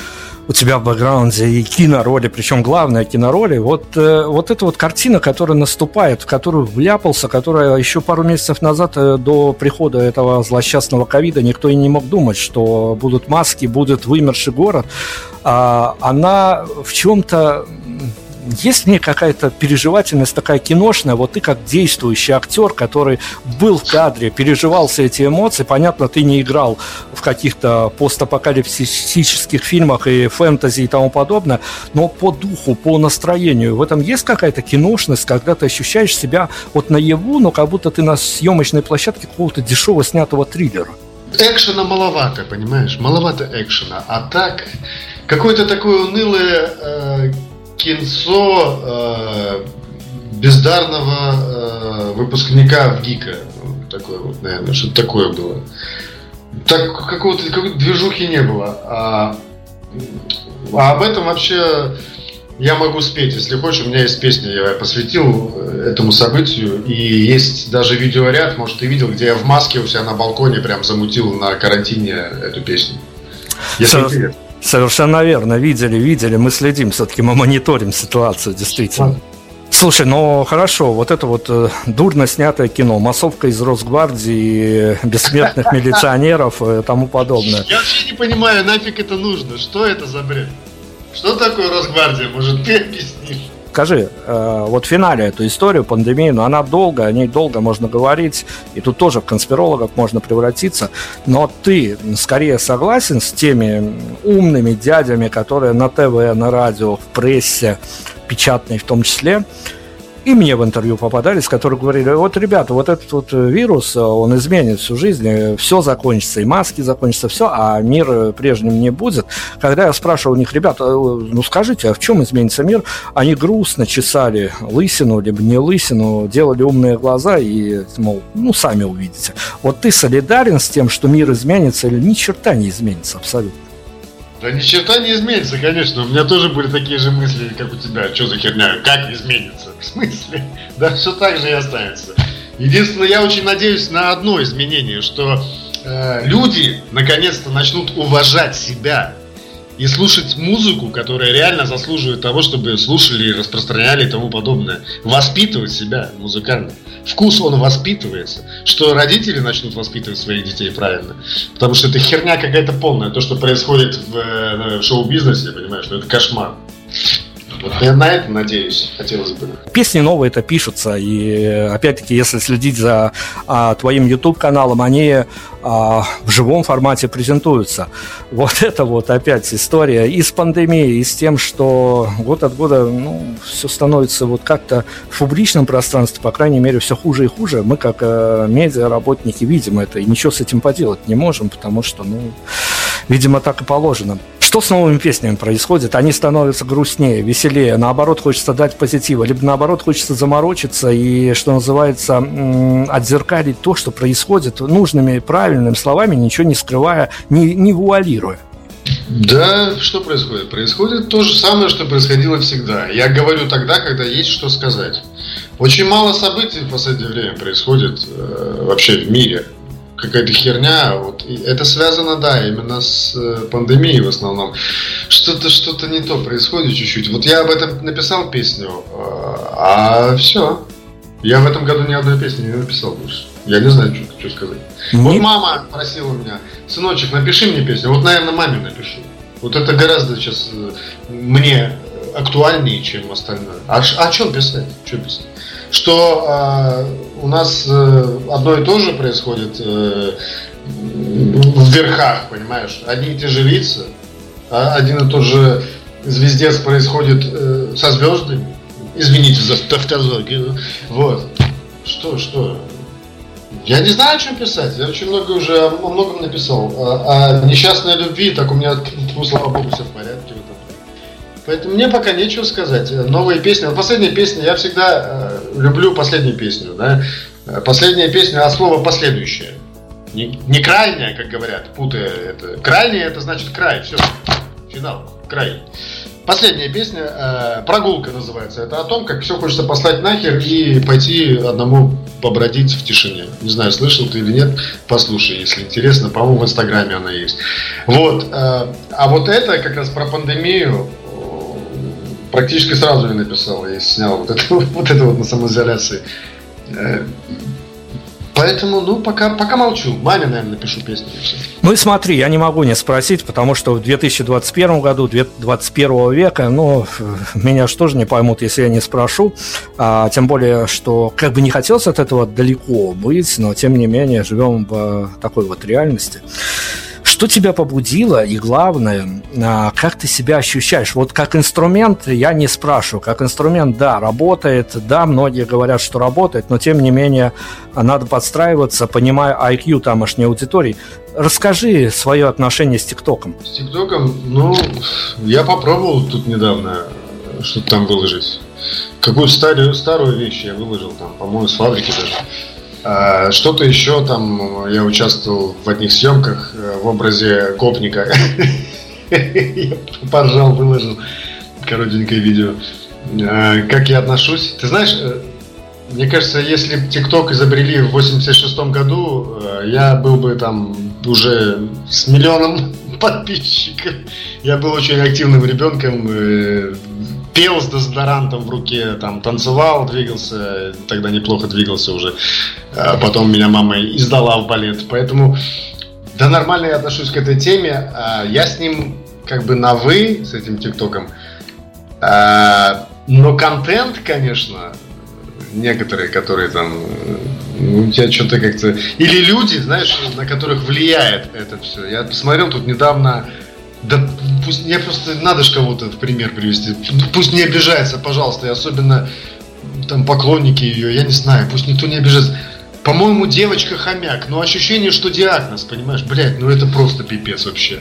у тебя в бэкграунде и кинороли, причем главная кинороли. Вот эта вот картина, которая наступает, в которую вляпался, которая еще пару месяцев назад, до прихода этого злосчастного ковида, никто и не мог думать, что будут маски, будет вымерший город. Она в чем-то... Есть в ней какая-то переживательность такая киношная, вот ты как действующий актер, который был в кадре, переживал все эти эмоции, понятно, ты не играл в каких-то постапокалиптических фильмах и фэнтези и тому подобное, но по духу, по настроению, в этом есть какая-то киношность, когда ты ощущаешь себя вот наяву, но как будто ты на съемочной площадке какого-то дешево снятого триллера. Экшена маловато, понимаешь, маловато экшена, а так, какое-то такое унылое... кинцо бездарного выпускника в ГИКа. Такое вот, наверное, что-то такое было. Так какой-то движухи не было. А об этом вообще я могу спеть. Если хочешь, у меня есть песня, я посвятил этому событию. И есть даже видеоряд, может, ты видел, где я в маске у себя на балконе прям замутил на карантине эту песню. Если интересно. Совершенно верно, видели, мы следим, все-таки мы мониторим ситуацию, действительно. Слушай, ну хорошо, вот это вот дурно снятое кино, массовка из Росгвардии, бессмертных милиционеров и тому подобное. Я вообще не понимаю, нафиг это нужно, что это за бред? Что такое Росгвардия, может, ты объяснишь? Скажи, вот в финале эту историю, пандемию, но она долго, о ней долго можно говорить, и тут тоже в конспирологов можно превратиться, но ты скорее согласен с теми умными дядями, которые на ТВ, на радио, в прессе, печатной в том числе, и мне в интервью попадались, которые говорили, вот, ребята, вот этот вот вирус, он изменит всю жизнь, все закончится, и маски закончатся, все, а мир прежним не будет. Когда я спрашивал у них, ребята, ну скажите, а в чем изменится мир? Они грустно чесали лысину, либо не лысину, делали умные глаза и, мол, ну сами увидите. Вот ты солидарен с тем, что мир изменится, или ни черта не изменится абсолютно? Да ни черта не изменится, конечно. У меня тоже были такие же мысли, как у тебя. Что за херня? Как изменится? В смысле? Да все так же и останется. Единственное, я очень надеюсь на одно изменение, что люди наконец-то начнут уважать себя и слушать музыку, которая реально заслуживает того, чтобы слушали, распространяли и тому подобное. Воспитывать себя музыкально. Вкус, он воспитывается. Что родители начнут воспитывать своих детей правильно. Потому что это херня какая-то полная. То, что происходит в шоу-бизнесе, понимаешь, что это кошмар. Вот я на это надеюсь, хотелось бы. Песни новые это пишутся, и опять-таки, если следить за твоим YouTube-каналом, они в живом формате презентуются. Вот это вот опять история и с пандемией, и с тем, что год от года все становится вот как-то в публичном пространстве, по крайней мере, все хуже и хуже. Мы, как медиаработники, видим это, и ничего с этим поделать не можем, потому что, видимо, так и положено. Что с новыми песнями происходит? Они становятся грустнее, веселее, наоборот, хочется дать позитива, либо наоборот, хочется заморочиться и, что называется, отзеркалить то, что происходит нужными, правильными словами, ничего не скрывая, не вуалируя. Да, что происходит? Происходит то же самое, что происходило всегда. Я говорю тогда, когда есть что сказать. Очень мало событий в последнее время происходит вообще в мире. Какая-то херня, вот. И это связано, да, именно с пандемией в основном. Что-то не то происходит чуть-чуть. Вот я об этом написал песню, а все. Я в этом году ни одной песни не написал больше. Я не знаю, что сказать. Вот мама просила меня: сыночек, напиши мне песню. Вот, наверное, маме напишу. Вот это гораздо сейчас мне актуальнее, чем остальное. А о чем писать? Что писать? Что у нас одно и то же происходит в верхах, понимаешь? Одни и те же лица, один и тот же звездец происходит со звездами. Извините за тавтологию. Вот. Что? Я не знаю, о чем писать. Я очень много уже о многом написал. О несчастной любви, так у меня, слава богу, все в порядке. Поэтому мне пока нечего сказать. Новые песни. Последняя песня, я всегда люблю последнюю песню. Да? Последняя песня, а слово последующее. Не крайняя, как говорят, путая это. Крайняя — это значит край. Все. Финал. Край. последняя песня, «Прогулка» называется. Это о том, как все хочется послать нахер и пойти одному побродить в тишине. Не знаю, слышал ты или нет, послушай, если интересно. По-моему, в Инстаграме она есть. Вот. А вот это как раз про пандемию практически сразу я написал. Я снял вот это на самоизоляции. Поэтому, пока молчу. Маме, наверное, напишу песню. Ну и смотри, я не могу не спросить, потому что в 2021 году, 21 века, меня же тоже не поймут, если я не спрошу. Тем более, что как бы не хотелось от этого далеко быть, но тем не менее живем в такой вот реальности. Что тебя побудило и, главное, как ты себя ощущаешь? Вот как инструмент я не спрашиваю. Как инструмент, да, работает, да, многие говорят, что работает, но тем не менее надо подстраиваться, понимая IQ тамошней аудитории. Расскажи свое отношение с ТикТоком. С ТикТоком, я попробовал тут недавно что-то там выложить. Какую-то старую вещь я выложил, там, по-моему, с фабрики даже. Что-то еще там, я участвовал в одних съемках в образе гопника. Я поржал, выложил коротенькое видео. Как я отношусь? Ты знаешь, мне кажется, если бы ТикТок изобрели в 86 году, я был бы там уже с 1 миллионом подписчиков. Я был очень активным ребенком, пел с дезодорантом в руке, там танцевал, двигался, тогда неплохо двигался уже. Потом меня мама издала в балет. Поэтому, да, нормально я отношусь к этой теме. Я с ним как бы на «вы», с этим ТикТоком. Но контент, конечно, некоторые, которые там у тебя что-то как-то... Или люди, знаешь, на которых влияет это все. Я посмотрел тут недавно... Да пусть мне просто надо же кого-то в пример привести. Пусть не обижается, пожалуйста, и особенно там поклонники ее, я не знаю, пусть никто не обижается. По-моему, девочка-хомяк, но ощущение, что диагноз, понимаешь, блядь, это просто пипец вообще.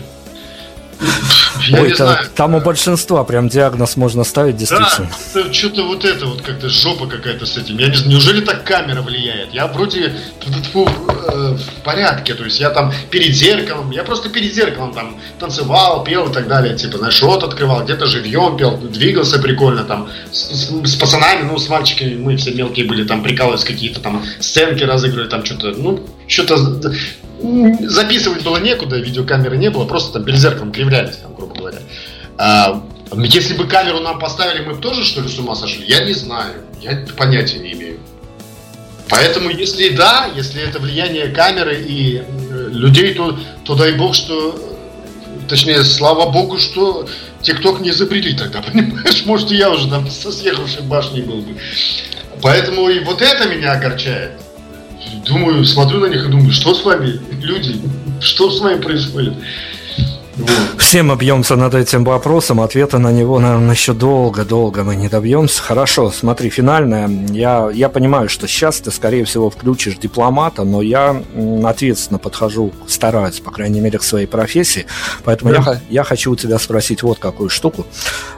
Там у большинства прям диагноз можно ставить, действительно. Да, что-то вот это вот как-то жопа какая-то с этим. Я не знаю, неужели так камера влияет? Я вроде в порядке, то есть я там просто перед зеркалом там танцевал, пел и так далее, типа, знаешь, рот открывал, где-то живьем пел, двигался прикольно там, с пацанами, с мальчиками, мы все мелкие были, там прикалывались, какие-то там сценки разыгрывали, там что-то записывать было некуда, видеокамеры не было, просто там перед зеркалом кривлялись, там, грубо говоря. Если бы камеру нам поставили, мы бы тоже, что ли, с ума сошли? Я не знаю, я понятия не имею. Поэтому, если это влияние камеры и людей, то дай бог, точнее, слава богу, что ТикТок не изобрели тогда, понимаешь? Может, и я уже там со съехавшей башней был бы. Поэтому и вот это меня огорчает. Думаю, смотрю на них и думаю, что с вами, люди, что с вами происходит? Вот. Все мы бьемся над этим вопросом, ответа на него, наверное, еще долго мы не добьемся. Хорошо, смотри, финальное. Я понимаю, что сейчас ты, скорее всего, включишь дипломата, но я ответственно подхожу, стараюсь, по крайней мере, к своей профессии. Поэтому я хочу у тебя спросить вот какую штуку.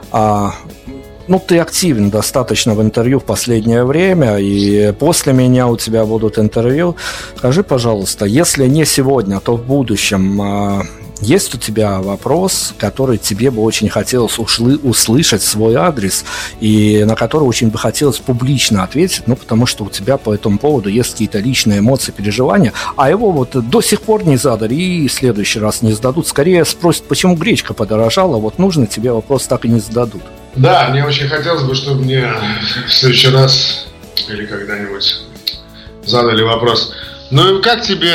Ты активен достаточно в интервью в последнее время, и после меня у тебя будут интервью. Скажи, пожалуйста, если не сегодня, то в будущем есть у тебя вопрос, который тебе бы очень хотелось услышать свой адрес, и на который очень бы хотелось публично ответить, потому что у тебя по этому поводу есть какие-то личные эмоции, переживания, а его вот до сих пор не задали и в следующий раз не зададут. Скорее спросят, почему гречка подорожала, вот нужно тебе вопрос так и не зададут. Да, мне очень хотелось бы, чтобы мне в следующий раз или когда-нибудь задали вопрос. Как тебе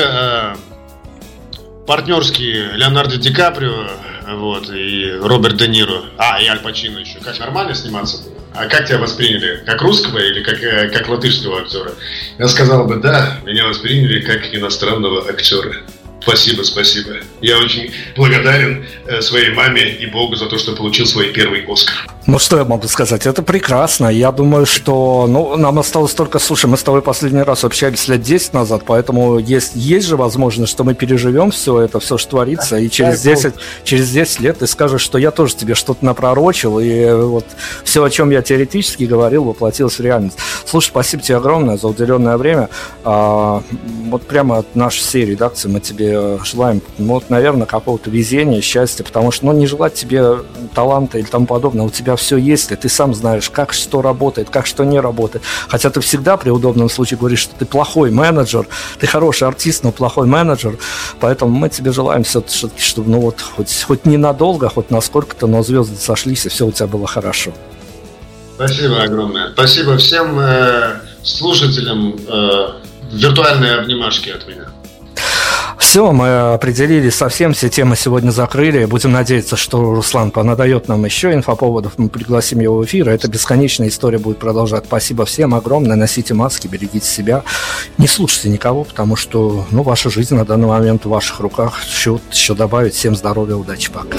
партнерские Леонардо Ди Каприо и Роберт Де Ниро, и Аль Пачино еще? Как нормально сниматься было? А как тебя восприняли? Как русского или как латышского актера? Я сказал бы, да, меня восприняли как иностранного актера. Спасибо. Я очень благодарен своей маме и Богу за то, что получил свой первый Оскар. Что я могу сказать? Это прекрасно. Я думаю, что нам осталось только... Слушай, мы с тобой последний раз общались лет 10 назад, поэтому есть же возможность, что мы переживем все, что творится, и через 10 лет ты скажешь, что я тоже тебе что-то напророчил, и вот все, о чем я теоретически говорил, воплотилось в реальность. Слушай, спасибо тебе огромное за уделенное время. Вот прямо от нашей всей редакции мы тебе тебе желаем, наверное, какого-то везения, счастья, потому что, не желать тебе таланта или тому подобное, у тебя все есть, и ты сам знаешь, как что работает, как что не работает. Хотя ты всегда при удобном случае говоришь, что ты плохой менеджер, ты хороший артист, но плохой менеджер, поэтому мы тебе желаем все-таки, чтобы, хоть ненадолго, хоть насколько-то, но звезды сошлись, и все у тебя было хорошо. Спасибо огромное. Спасибо всем слушателям. Виртуальные обнимашки от меня. Все, мы определились совсем, все темы сегодня закрыли. Будем надеяться, что Руслан понадает нам еще инфоповодов, мы пригласим его в эфир, эта бесконечная история будет продолжаться. Спасибо всем огромное, носите маски, берегите себя, не слушайте никого, потому что ваша жизнь на данный момент в ваших руках. Еще добавить. Всем здоровья, удачи, пока.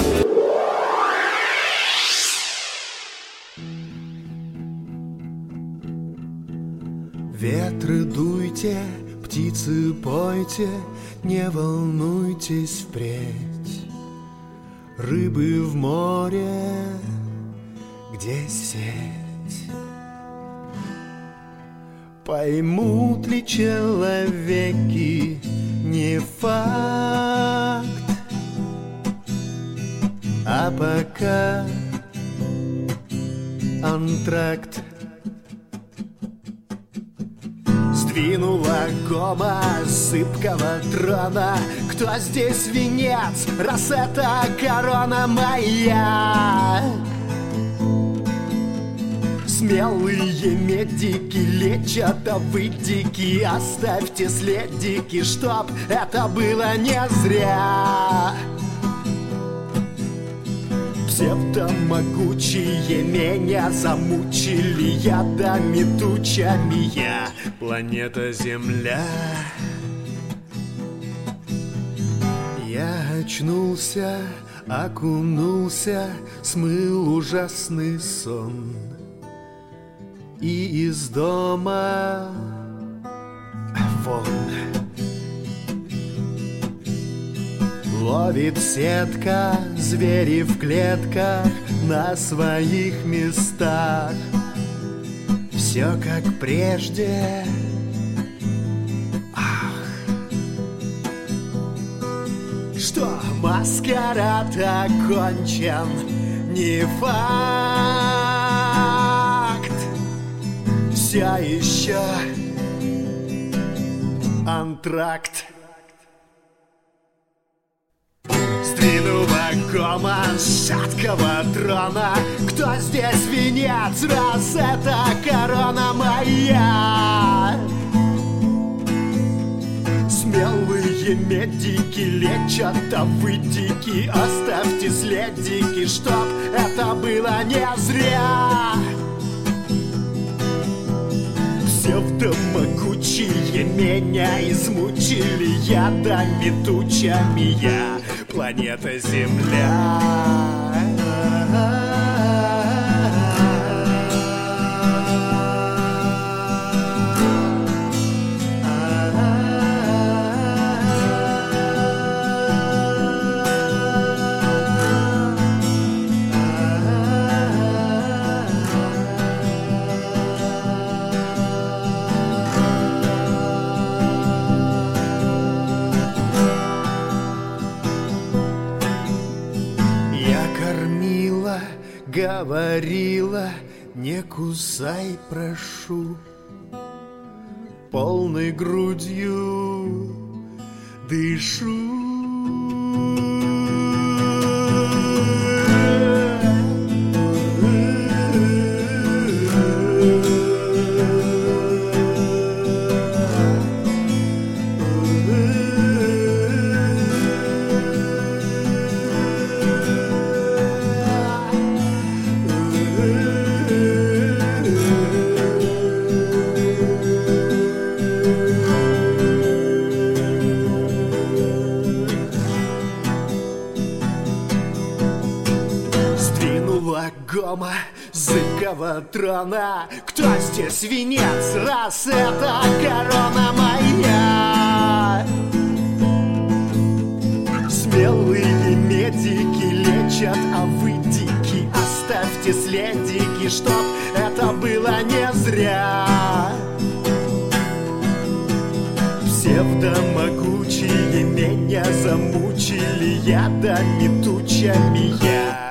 Ветры дуйте, птицы пойте, не волнуйтесь впредь. Рыбы в море, где сеть? Поймут ли человеки, не факт. А пока антракт. Сдвинула кома зыбкого трона. Кто здесь венец, раз это корона моя? Смелые медики лечат, а вы дики. Оставьте следики, чтоб это было не зря. Псевдомогучие меня замучили ядами тучами. Я планета Земля. Я очнулся, окунулся, смыл ужасный сон. И из дома вон. Ловит сетка, звери в клетках на своих местах. Все как прежде. Ах. Что маскарад окончен, не факт. Все еще антракт. Сдвинула кома с шаткого трона. Кто здесь венец, раз это корона моя? Смелые медики лечат, а вы дики. Оставьте следики, чтоб это было не зря. Псевдомогучие меня измучили ядами тучами. Я планета Земля. Говорила, не кусай, прошу, полной грудью дышу. Гома зыбкого трона. Кто здесь венец, раз это корона моя? Смелые медики лечат, а вы дики. Оставьте следики, чтоб это было не зря. Все псевдомогучие меня замучили ядами тучами я.